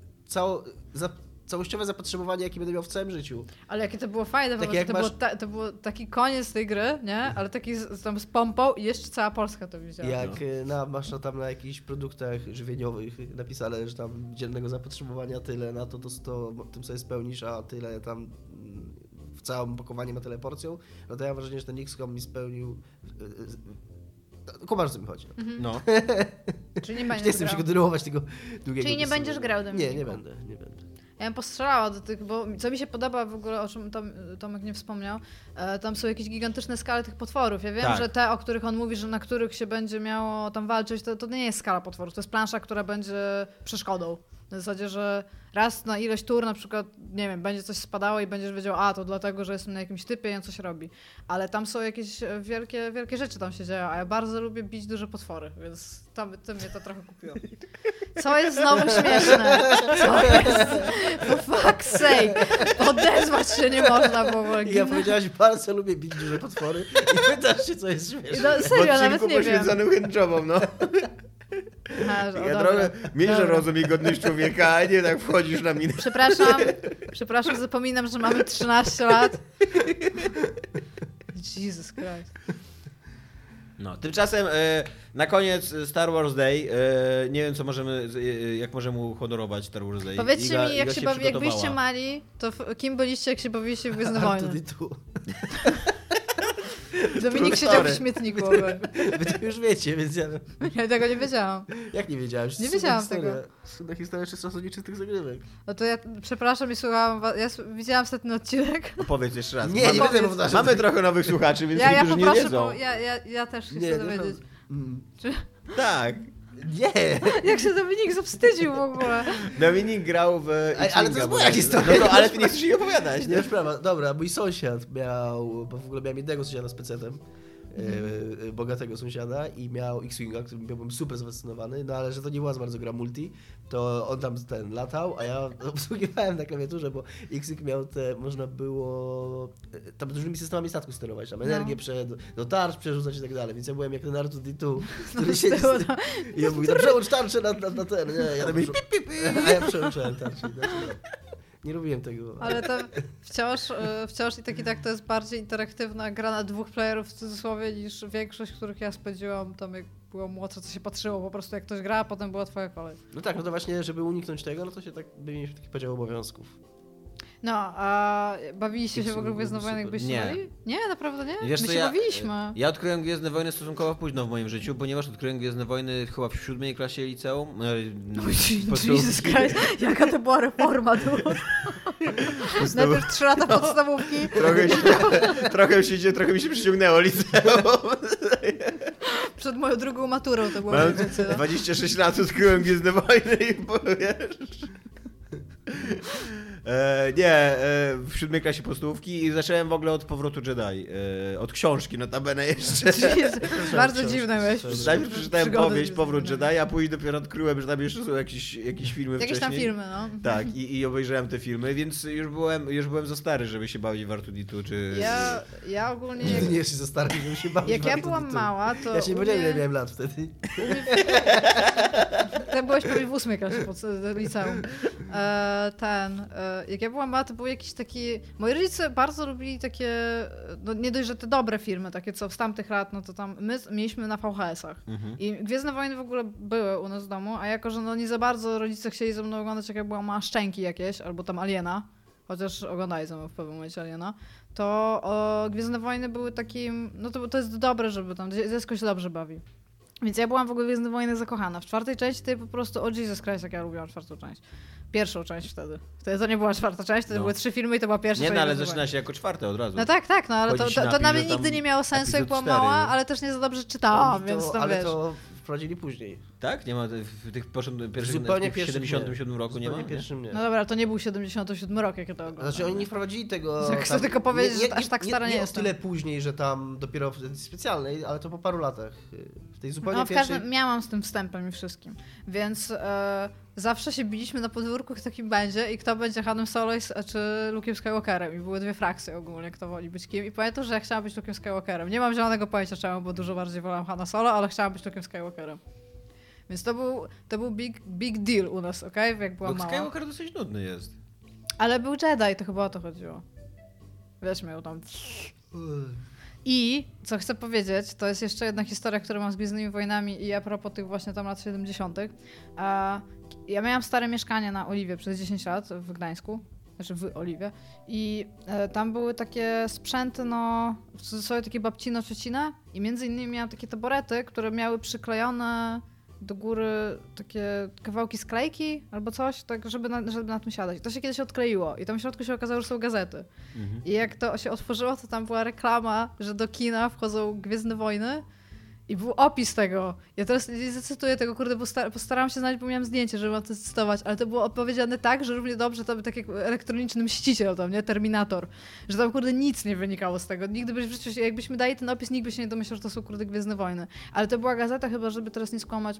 całościowe zapotrzebowanie, jakie będę miał w całym życiu. Ale jakie to było fajne, Takie po jak prostu to było taki koniec tej gry, nie? Ale taki tam z pompą i jeszcze cała Polska to widziała. Jak masz tam na jakichś produktach żywieniowych napisane, że tam dziennego zapotrzebowania tyle, na to tym sobie spełnisz, a tyle tam w całym opakowaniu ma tyle porcją, no to ja mam wrażenie, że ten XCOM mi spełnił... Kumasz, o co mi chodzi. No. Czyli nie Nie będziesz chcę się grał. kontynuować tego długiego... Czyli nie będziesz grał, Dominiku? Nie będę. Ja bym postrzelała do tych, bo co mi się podoba w ogóle, o czym Tomek nie wspomniał, tam są jakieś gigantyczne skale tych potworów. Ja wiem, Tak. że te, o których on mówi, że na których się będzie miało tam walczyć, to nie jest skala potworów, to jest plansza, która będzie przeszkodą. Na zasadzie, że raz na ileś tur na przykład, nie wiem, będzie coś spadało i będziesz wiedział, a to dlatego, że jestem na jakimś typie i on coś robi. Ale tam są jakieś wielkie rzeczy tam się dzieją, a ja bardzo lubię bić duże potwory, więc to mnie to trochę kupiło. Co jest znowu śmieszne? Co jest? For fuck's sake! Odezwać się nie można w ogóle. I ja powiedziałaś, bardzo lubię bić duże potwory i pytasz się, co jest śmieszne. No, serio, nawet nie wiem. poświęconym chęczowom, no. Aha, Ja trochę mierzę rozum i godność człowieka, a nie tak wchodzisz na minę. Przepraszam, zapominam, że mamy 13 lat. Jesus Christ. No, tymczasem na koniec Star Wars Day. Nie wiem, jak możemy uhonorować Star Wars Day. Powiedzcie mi, jak przygotowała. jak byliście mali, to kim byliście, jak się bawiliście w Gwiezdne Wojny? Dominik siedział w śmietniku. Wy to już wiecie, więc ja... Ja tego nie wiedziałam. Jak nie wiedziałem? Nie wiedziałam tego. Cudna historia 16 nieczystych zagrywek. No to ja przepraszam i słuchałam was. Ja widziałam ostatni odcinek. Opowiedz jeszcze raz. Nie będę powtarzał. Mamy trochę nowych słuchaczy, więc Ja niektórzy nie poproszę, wiedzą. bo ja też się chcę dowiedzieć. Tak. Nie! Jak się Dominik zawstydził w ogóle. Dominik grał w ale to jest moja historia. No to, ale ty nie chcesz jej opowiadać. Nie masz prawa. Dobra, mój sąsiad miał, bo w ogóle miałem jednego sąsiada z PC-tem, bogatego sąsiada i miał X-Winga, którym byłem super zafascynowany, no ale że to nie była za bardzo gra multi, to on tam latał, a ja obsługiwałem na klawiaturze, bo X-Wing miał można było tam różnymi systemami statku sterować, tam energię do tarcz przerzucać i tak dalej, więc ja byłem jak ten R2-D2, który siedzi i ja mówię, przełącz tarczę na ten, nie, ja tam już, a ja przełączałem tarczę. Nie lubiłem tego. Ale to wciąż i tak to jest bardziej interaktywna gra na 2 playerów w cudzysłowie niż większość, których ja spędziłam tam jak było młodsze, co się patrzyło po prostu jak ktoś gra, a potem była twoja kolej. No tak, no to właśnie, żeby uniknąć tego, no to się tak by mieć takich podział obowiązków. No, a bawiliście się w ogóle w Gwiezdne Wojny, jakbyście Nie. bawi? Nie, naprawdę nie? Wiesz My co, się bawiliśmy. Ja odkryłem Gwiezdne Wojny stosunkowo późno w moim życiu, ponieważ odkryłem Gwiezdne Wojny chyba w 7. klasie liceum. Jesus Christ, jaka to była reforma. Najpierw 3 lata podstawówki. Trochę mi się przyciągnęło liceum. Przed moją drugą maturą to było. Mam 26 lat, odkryłem Gwiezdne Wojny i wiesz... w 7. klasie podstawówki i zacząłem w ogóle od Powrotu Jedi. Od książki notabene jeszcze. Bardzo dziwne myśl. Najpierw przeczytałem powieść Powrót Jedi, a później dopiero odkryłem, że tam jeszcze są jakieś filmy Jakieś wcześniej. tam filmy, no. Tak, i obejrzałem te filmy, więc już byłem za stary, żeby się bawić w R2D2 czy... Ja ogólnie... Nigdy nie jesteś za stary, żeby się bawić. Jak ja byłam mała, to... Ja się nie powiedziałem, ile miałem lat wtedy. Ty byłeś pewnie w 8. klasie liceum. Jak ja byłam mała, to był jakiś taki... Moi rodzice bardzo lubili takie, no nie dość, że te dobre filmy, takie co z tamtych lat, no to tam my mieliśmy na VHS-ach. I Gwiezdne Wojny w ogóle były u nas w domu, a jako, że no nie za bardzo rodzice chcieli ze mną oglądać, jak ja byłam mała, Szczęki jakieś, albo tam Aliena, chociaż oglądali ze mną w pewnym momencie Aliena, to Gwiezdne Wojny były takim, no to jest dobre, żeby tam, dziecko się dobrze bawi. Więc ja byłam w ogóle w Gwiezdne Wojny zakochana. W 4. części to po prostu, o Jesus Christ, jak ja lubiłam 4. część. Pierwszą część wtedy. Wtedy to nie była 4. część, wtedy były 3 filmy i to była pierwsza. Nie, no ale zaczyna się jako 4. od razu. No tak, no ale to na mnie nigdy nie miało sensu, jak byłam mała, ale też nie za dobrze czytałam, więc tam ale wiesz. to wprowadzili później. Tak? Nie ma w tych pierwszych Zupełnie w 77 roku nie ma? Zupełnie pierwszym nie. No dobra, to nie był 77 rok, jak ja to oglądałem. Znaczy oni nie wprowadzili tego... Chcę tylko powiedzieć, że aż tak stara nie nie jestem. o tyle później, że tam dopiero w edycji specjalnej, ale to po paru latach. W tej zupełnie No w pierwszej... każdym miałam z tym wstępem i wszystkim. Więc zawsze się biliśmy na podwórku, kto kim będzie i kto będzie Hanem Solo czy Luke'em Skywalkerem. I były 2 frakcje ogólnie, kto woli być kim. I pamiętam, że ja chciałam być Luke'em Skywalkerem. Nie mam zielonego pojęcia czemu, bo dużo bardziej wolałam Hana Solo, ale chciałam być Luke'em Skywalkerem. Więc to był big deal u nas, okej? Jak byłam Luke mała. Skywalker dosyć nudny jest. Ale był Jedi, to chyba o to chodziło. Wiesz, miał tam... I, co chcę powiedzieć, to jest jeszcze jedna historia, którą mam z Gwiezdnymi Wojnami i a propos tych właśnie tam lat 70. Ja miałam stare mieszkanie na Oliwie przez 10 lat w Gdańsku, znaczy w Oliwie i tam były takie sprzęty, no w cudzysłowie takie babcino-ciocine i między innymi miałam takie taborety, które miały przyklejone do góry takie kawałki sklejki albo coś, tak żeby na tym siadać. To się kiedyś odkleiło i tam w środku się okazało, że są gazety. I jak to się otworzyło, to tam była reklama, że do kina wchodzą Gwiezdne Wojny i był opis tego. Ja teraz nie zacytuję tego, kurde, bo postarałam się znaleźć, bo miałam zdjęcie, żeby to cytować, ale to było opowiedziane tak, że równie dobrze to był tak jak elektroniczny mściciel tam, nie? Terminator. Że tam, kurde, nic nie wynikało z tego. Nigdy byś w życiu, jakbyśmy dali ten opis, nikt by się nie domyślał, że to są, kurde, Gwiezdne Wojny. Ale to była gazeta chyba, żeby teraz nie skłamać,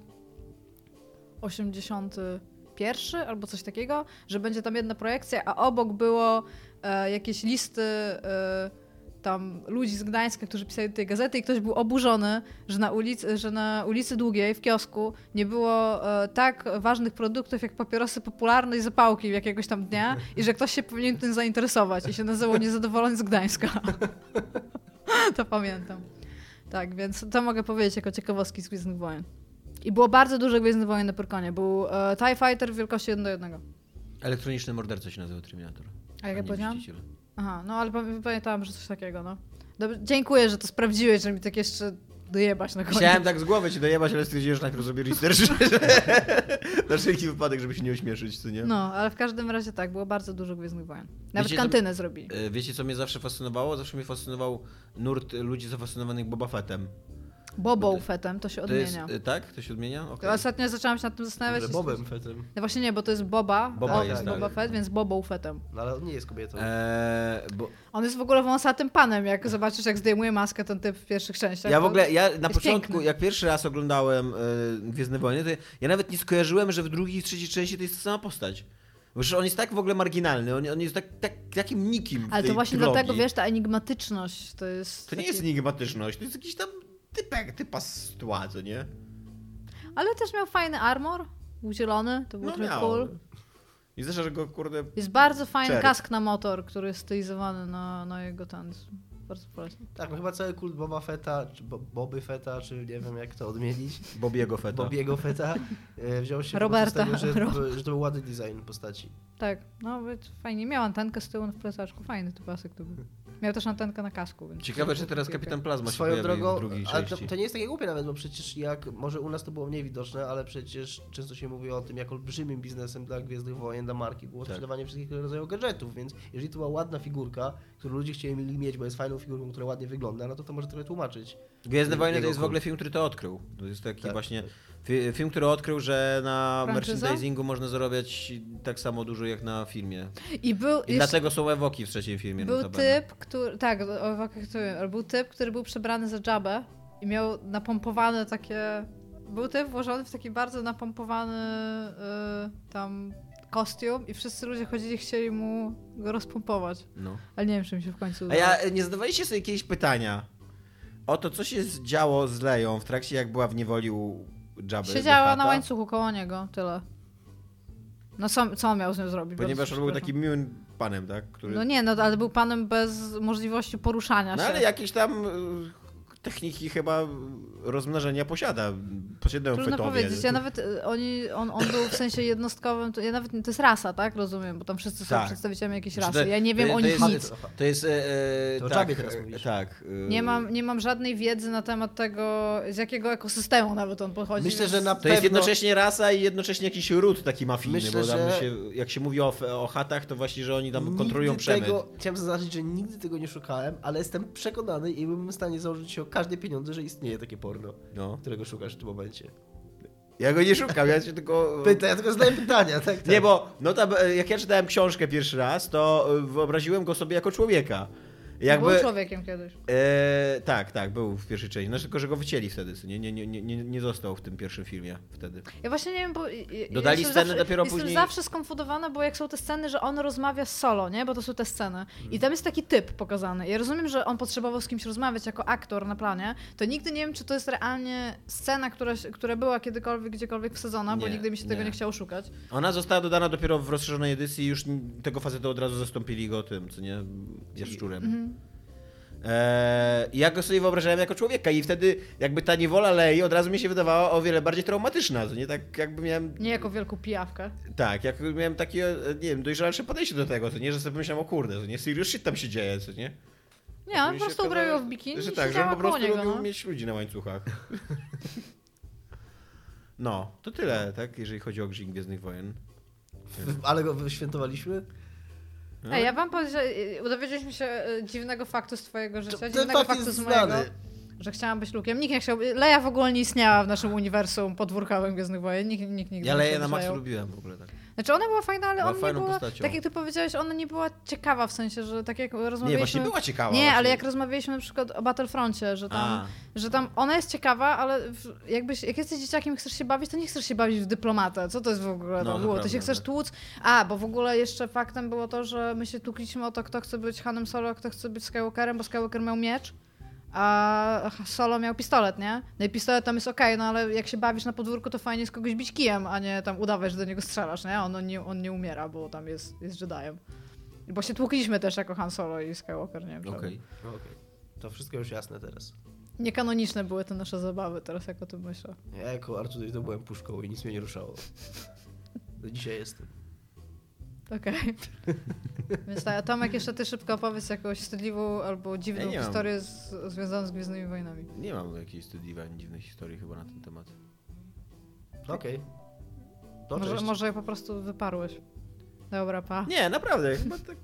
81 albo coś takiego, że będzie tam jedna projekcja, a obok było jakieś listy tam ludzi z Gdańska, którzy pisali do tej gazety i ktoś był oburzony, że na ulicy Długiej w kiosku nie było tak ważnych produktów jak papierosy popularne i zapałki jakiegoś tam dnia i że ktoś się powinien tym zainteresować i się nazywał Niezadowolony z Gdańska. To pamiętam. Tak, więc to mogę powiedzieć jako ciekawostki z Gwiezdnych Wojen. I było bardzo dużo Gwiezdnych Wojen na Pyrkonie. Był TIE Fighter wielkości 1:1. Elektroniczny morderca się nazywał Terminator. A jak ja powiedziałam? Mściciel. Aha, no ale pamiętałam, że coś takiego, no. Dobrze, dziękuję, że to sprawdziłeś, że mi tak jeszcze dojebać na koniec. Chciałem tak z głowy ci dojebać, ale stwierdziłem, że najpierw zrobię research. Na wszelki wypadek, żeby się nie ośmieszyć, co nie? No, ale w każdym razie tak, było bardzo dużo Gwiezdnych Wojen. Nawet Wiecie, kantynę zrobili. Wiecie, co mnie zawsze fascynowało? Zawsze mnie fascynował nurt ludzi zafascynowanych Boba Fettem. Bobą Fettem, to się To odmienia. jest, tak? To się odmienia? Okay. Ostatnio zaczęłam się nad tym zastanawiać. Może Bobem Fettem. No właśnie nie, bo to jest Boba jest, Boba tak. Fett, więc Bobą Fettem. No ale on nie jest kobietą. On jest w ogóle wąsatym panem, jak zobaczysz, jak zdejmuje maskę ten typ w pierwszych częściach. Ja w ogóle, na początku, piękny. jak pierwszy raz oglądałem Gwiezdne Wojny, to ja nawet nie skojarzyłem, że w drugiej i trzeciej części to jest ta sama postać. Bo że on jest tak w ogóle marginalny, on jest takim nikim w Ale tej to właśnie trylogii. dlatego, wiesz, ta enigmatyczność to jest... To nie jest enigmatyczność, to jest jakiś tam typa z tła, co nie? Ale też miał fajny armor, był zielony, to był trochę miał. cool. I zresztą, że go kurde... Jest bardzo fajny Czerw. kask na motor, który jest stylizowany na jego ten... bardzo polecam. Tak, no chyba cały kult Boba Fetta, czy Boby Fetta, czy nie wiem jak to odmienić. Bobiego Fetta wziął się Roberta. po prostu z tego, że to był ładny design postaci. Tak, no fajnie. Miał antenkę z tyłu w plecaczku, fajny to pasek to był. Miał też antenkę na kasku. Więc Ciekawe, czy teraz Kapitan Plazma się Swoją pojawi drogą, w drugiej ale części. to nie jest takie głupie nawet, bo przecież może u nas to było mniej widoczne, ale przecież często się mówi o tym, jak olbrzymim biznesem dla Gwiezdnych Wojen, dla marki było sprzedawanie wszystkich rodzajów gadżetów, więc jeżeli to była ładna figurka, którą ludzie chcieli mieć, bo jest fajną figurką, która ładnie wygląda, no to może trochę tłumaczyć. Gwiezdne Wojny to jest w kult. ogóle film, który to odkrył. To jest taki Tak. właśnie film, który odkrył, że na Franczyza? merchandisingu można zarabiać tak samo dużo jak na filmie. I Dlatego są ewoki w trzecim filmie. był notabene. typ, który, tak, o ewokach to wiem, ale był typ, który był przebrany za Jabbę i miał napompowane takie, był typ włożony w taki bardzo napompowany tam kostium i wszyscy ludzie chodzili, chcieli mu go rozpompować. No. Ale nie wiem, czy mi się w końcu A udało. nie zadawaliście sobie jakieś pytania o to, co się działo z Leją w trakcie, jak była w niewoli u Jabby? Siedziała the na Hutta? łańcuchu koło niego, tyle. No co on miał z nią zrobić? Ponieważ Bardzo on był przepraszam. takim miłym panem, tak? Który... No nie, no ale był panem bez możliwości poruszania No się. ale jakieś tam techniki chyba rozmnażenia posiadają Trudno fetowie. powiedzieć, ja nawet, on był w sensie jednostkowym, to jest rasa, tak? Rozumiem, bo tam wszyscy są Tak. przedstawicielami jakiejś Znaczy, rasy. Ja nie wiem o nich nic. To jest... To o tak, Jabbie teraz mówisz. tak. Nie mam żadnej wiedzy na temat tego, z jakiego ekosystemu nawet on pochodzi. Myślę, więc- że na To jest pewno... jednocześnie rasa i jednocześnie jakiś ród taki mafijny, Myślę, bo tam że- jak się mówi o chatach, to właśnie, że oni tam kontrolują przemyt. Chciałem zaznaczyć, że nigdy tego nie szukałem, ale jestem przekonany i byłbym w stanie założyć się o każde pieniądze, że istnieje takie porno, No. którego szukasz w tym momencie. Ja go nie szukam, ja się tylko... Ja tylko zadaję pytania, tak? Nie, bo no tam, jak ja czytałem książkę pierwszy raz, to wyobraziłem go sobie jako człowieka. Jakby, Był człowiekiem kiedyś. tak, był w pierwszej części. Znaczy tylko, że go wycięli wtedy. Nie został w tym pierwszym filmie wtedy. Ja właśnie nie wiem, bo... Dodali jestem sceny zawsze, dopiero jestem później- zawsze skonfundowana, bo jak są te sceny, że on rozmawia z Solo, nie? Bo to są te sceny. I tam jest taki typ pokazany. Ja rozumiem, że on potrzebował z kimś rozmawiać jako aktor na planie. To nigdy nie wiem, czy to jest realnie scena, która była kiedykolwiek, gdziekolwiek wsadzona, bo Nie, nigdy mi się tego nie. nie chciało szukać. Ona została dodana dopiero w rozszerzonej edycji i już tego faceta od razu zastąpili go tym, co nie? Jaszczurem. I ja go sobie wyobrażałem jako człowieka i wtedy jakby ta niewola Lei od razu mi się wydawała o wiele bardziej traumatyczna, to nie? Tak jakby miałem... Nie jako wielką pijawkę. Tak, jak miałem takie, nie wiem, dojrzalsze podejście do tego, to nie? Że sobie myślałem, o kurde, to nie? Serious shit tam się dzieje, co nie? Nie, on Mi po się prostu okazało, ubrał ją w bikini że i tak, że on siedziała po prostu koło niego, lubił no. mieć ludzi na łańcuchach. No, to tyle, tak? Jeżeli chodzi o Grzyń Gwiezdnych Wojen. Ale go wyświętowaliśmy? No. Ej, ja wam powiem, że dowiedzieliśmy się dziwnego faktu z twojego życia, Ten dziwnego fakt faktu jest z mojego, znany. że chciałam być Luke'em. Nikt nie chciał, Leia w ogóle nie istniała w naszym uniwersum podwórkowym Gwiezdnych Wojen, nikt nigdy Ja nie Leję się na maksa przejął. lubiłem w ogóle, tak. Znaczy ona była fajna, ale Była on nie fajną była, postacią. tak jak ty powiedziałeś, ona nie była ciekawa w sensie, że tak jak Nie, rozmawialiśmy... właśnie była ciekawa. Nie, właśnie. ale jak rozmawialiśmy na przykład o Battlefroncie, że tam ona jest ciekawa, ale jak jesteś dzieciakiem i chcesz się bawić, to nie chcesz się bawić w dyplomatę. Co to jest w ogóle No, tam było? to Ty się prawda, chcesz tak. tłuc. Bo w ogóle jeszcze faktem było to, że my się tłukliśmy o to, kto chce być Hanem Solo, a kto chce być Skywalkerem, bo Skywalker miał miecz, a Solo miał pistolet, nie? No i pistolet tam jest okej, no ale jak się bawisz na podwórku, to fajnie jest kogoś bić kijem, a nie tam udawać, że do niego strzelasz, nie? On nie umiera, bo tam jest Jediem. Bo się tłukliśmy też jako Han Solo i Skywalker, nie wiem czemu. Okej. Okej. To wszystko już jasne teraz. Niekanoniczne były te nasze zabawy, teraz jak o tym myślę. Ja jako Artur to byłem puszką i nic mnie nie ruszało. Do dzisiaj jestem. Okej. Więc tak, Tomek, jeszcze ty szybko opowiedz jakąś wstydliwą albo dziwną Ja nie mam. historię związaną z Gwiezdnymi Wojnami. Nie mam jakiejś studiowań ani dziwnej historii chyba na ten temat. Okej. No, Może, cześć. może po prostu wyparłeś. Dobra, pa. Nie, naprawdę, chyba tak...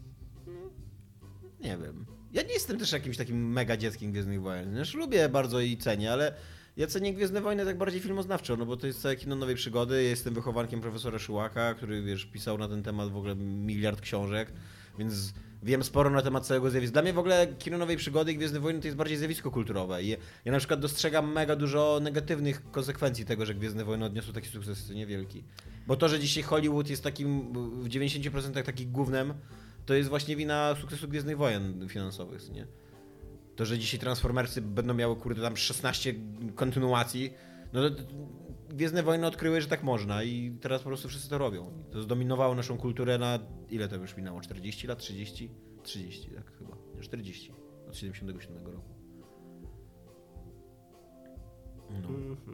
Nie wiem. Ja nie jestem też jakimś takim mega dzieckiem Gwiezdnych Wojen. Znaczy, lubię bardzo i cenię, ale ja cenię Gwiezdne Wojny tak bardziej filmoznawczo, no bo to jest całe kino nowej przygody. Ja jestem wychowankiem profesora Szyłaka, który, wiesz, pisał na ten temat w ogóle miliard książek, więc wiem sporo na temat całego zjawiska. Dla mnie w ogóle kino nowej przygody i Gwiezdne Wojny to jest bardziej zjawisko kulturowe. I ja na przykład dostrzegam mega dużo negatywnych konsekwencji tego, że Gwiezdne Wojny odniosły taki sukces niewielki. Bo to, że dzisiaj Hollywood jest takim w 90% takich gównem, to jest właśnie wina sukcesu Gwiezdnych Wojen finansowych, nie? To, że dzisiaj Transformersy będą miały, kurde, tam 16 kontynuacji, no to Gwiezdne Wojny odkryły, że tak można i teraz po prostu wszyscy to robią. To zdominowało naszą kulturę na... Ile to już minęło? 40 lat? 30? 30, tak chyba. Nie, 40. Od 77 roku. No.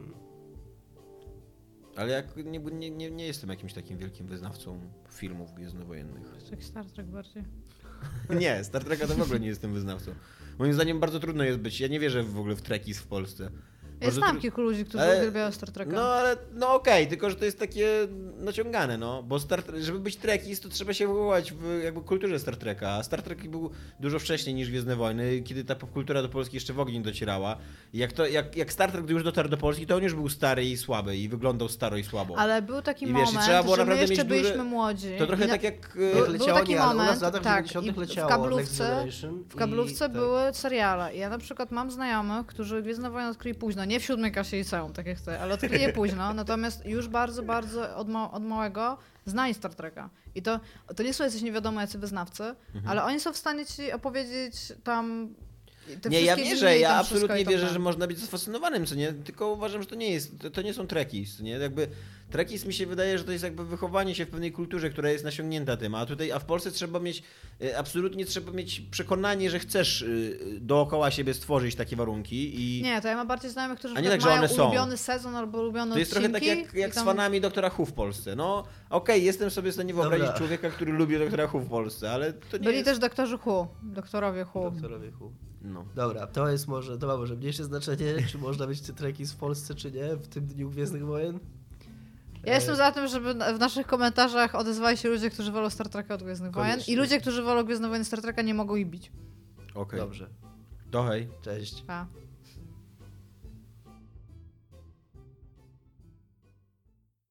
Ale jak nie jestem jakimś takim wielkim wyznawcą filmów gwiezdnowojennych. Jak Star Trek bardziej. Nie, Star Treka to w ogóle nie jestem wyznawcą. Moim zdaniem bardzo trudno jest być. Ja nie wierzę w ogóle w Trekkies w Polsce. Ja znam kilku ludzi, którzy uwielbiają Star Treka. No ale, no okej, tylko że to jest takie naciągane, no. Bo żeby być Trekkies, to trzeba się wywołać w jakby kulturze Star Treka. A Star Trek był dużo wcześniej niż Gwiezdne Wojny, kiedy ta popkultura do Polski jeszcze w ogóle nie docierała. I jak Star Trek już dotarł do Polski, to on już był stary i słaby i wyglądał staro i słabo. Ale był taki I wiesz, moment, trzeba było że my naprawdę jeszcze mieć byliśmy młodzi. To trochę tak jak... Był taki ale u nas moment, w latach tak, 90. i leciało w kablówce były seriale. I ja na przykład mam znajomych, którzy Gwiezdne Wojny odkryli późno, nie w 7 klasie liceum, tak jak chcę, ale odkryli je późno, natomiast już bardzo, bardzo od małego znali Star Treka. I to nie są jacyś nie wiadomo jacy wyznawcy, ale oni są w stanie ci opowiedzieć tam nie, ja wierzę, ja absolutnie wierzę, tak. że można być zafascynowanym, co nie? Tylko uważam, że to nie są Trekkies, co nie? Jakby Trekkies mi się wydaje, że to jest jakby wychowanie się w pewnej kulturze, która jest nasiągnięta tym, a w Polsce absolutnie trzeba mieć przekonanie, że chcesz dookoła siebie stworzyć takie warunki i... Nie, to ja mam bardziej znajomych, którzy tak, mają ulubiony sezon albo ulubione to jest odcinki. trochę tak jak z fanami Doktora Who w Polsce. No okej, jestem sobie w stanie wyobrazić człowieka, który lubi Doktora Who w Polsce, ale to nie Byli jest... też doktorowie Who. Doktorowie Who. No. Dobra, to ma może mniejsze znaczenie, czy można być Trekkies w Polsce, czy nie, w tym dniu Gwiezdnych Wojen. Ja jestem za tym, żeby w naszych komentarzach odezwali się ludzie, którzy wolą Star Treka od Gwiezdnych Wojen i ludzie, którzy wolą Gwiezdne Wojny Star Treka nie mogą ich bić. Okej. Dobrze. To hej. Cześć. Pa.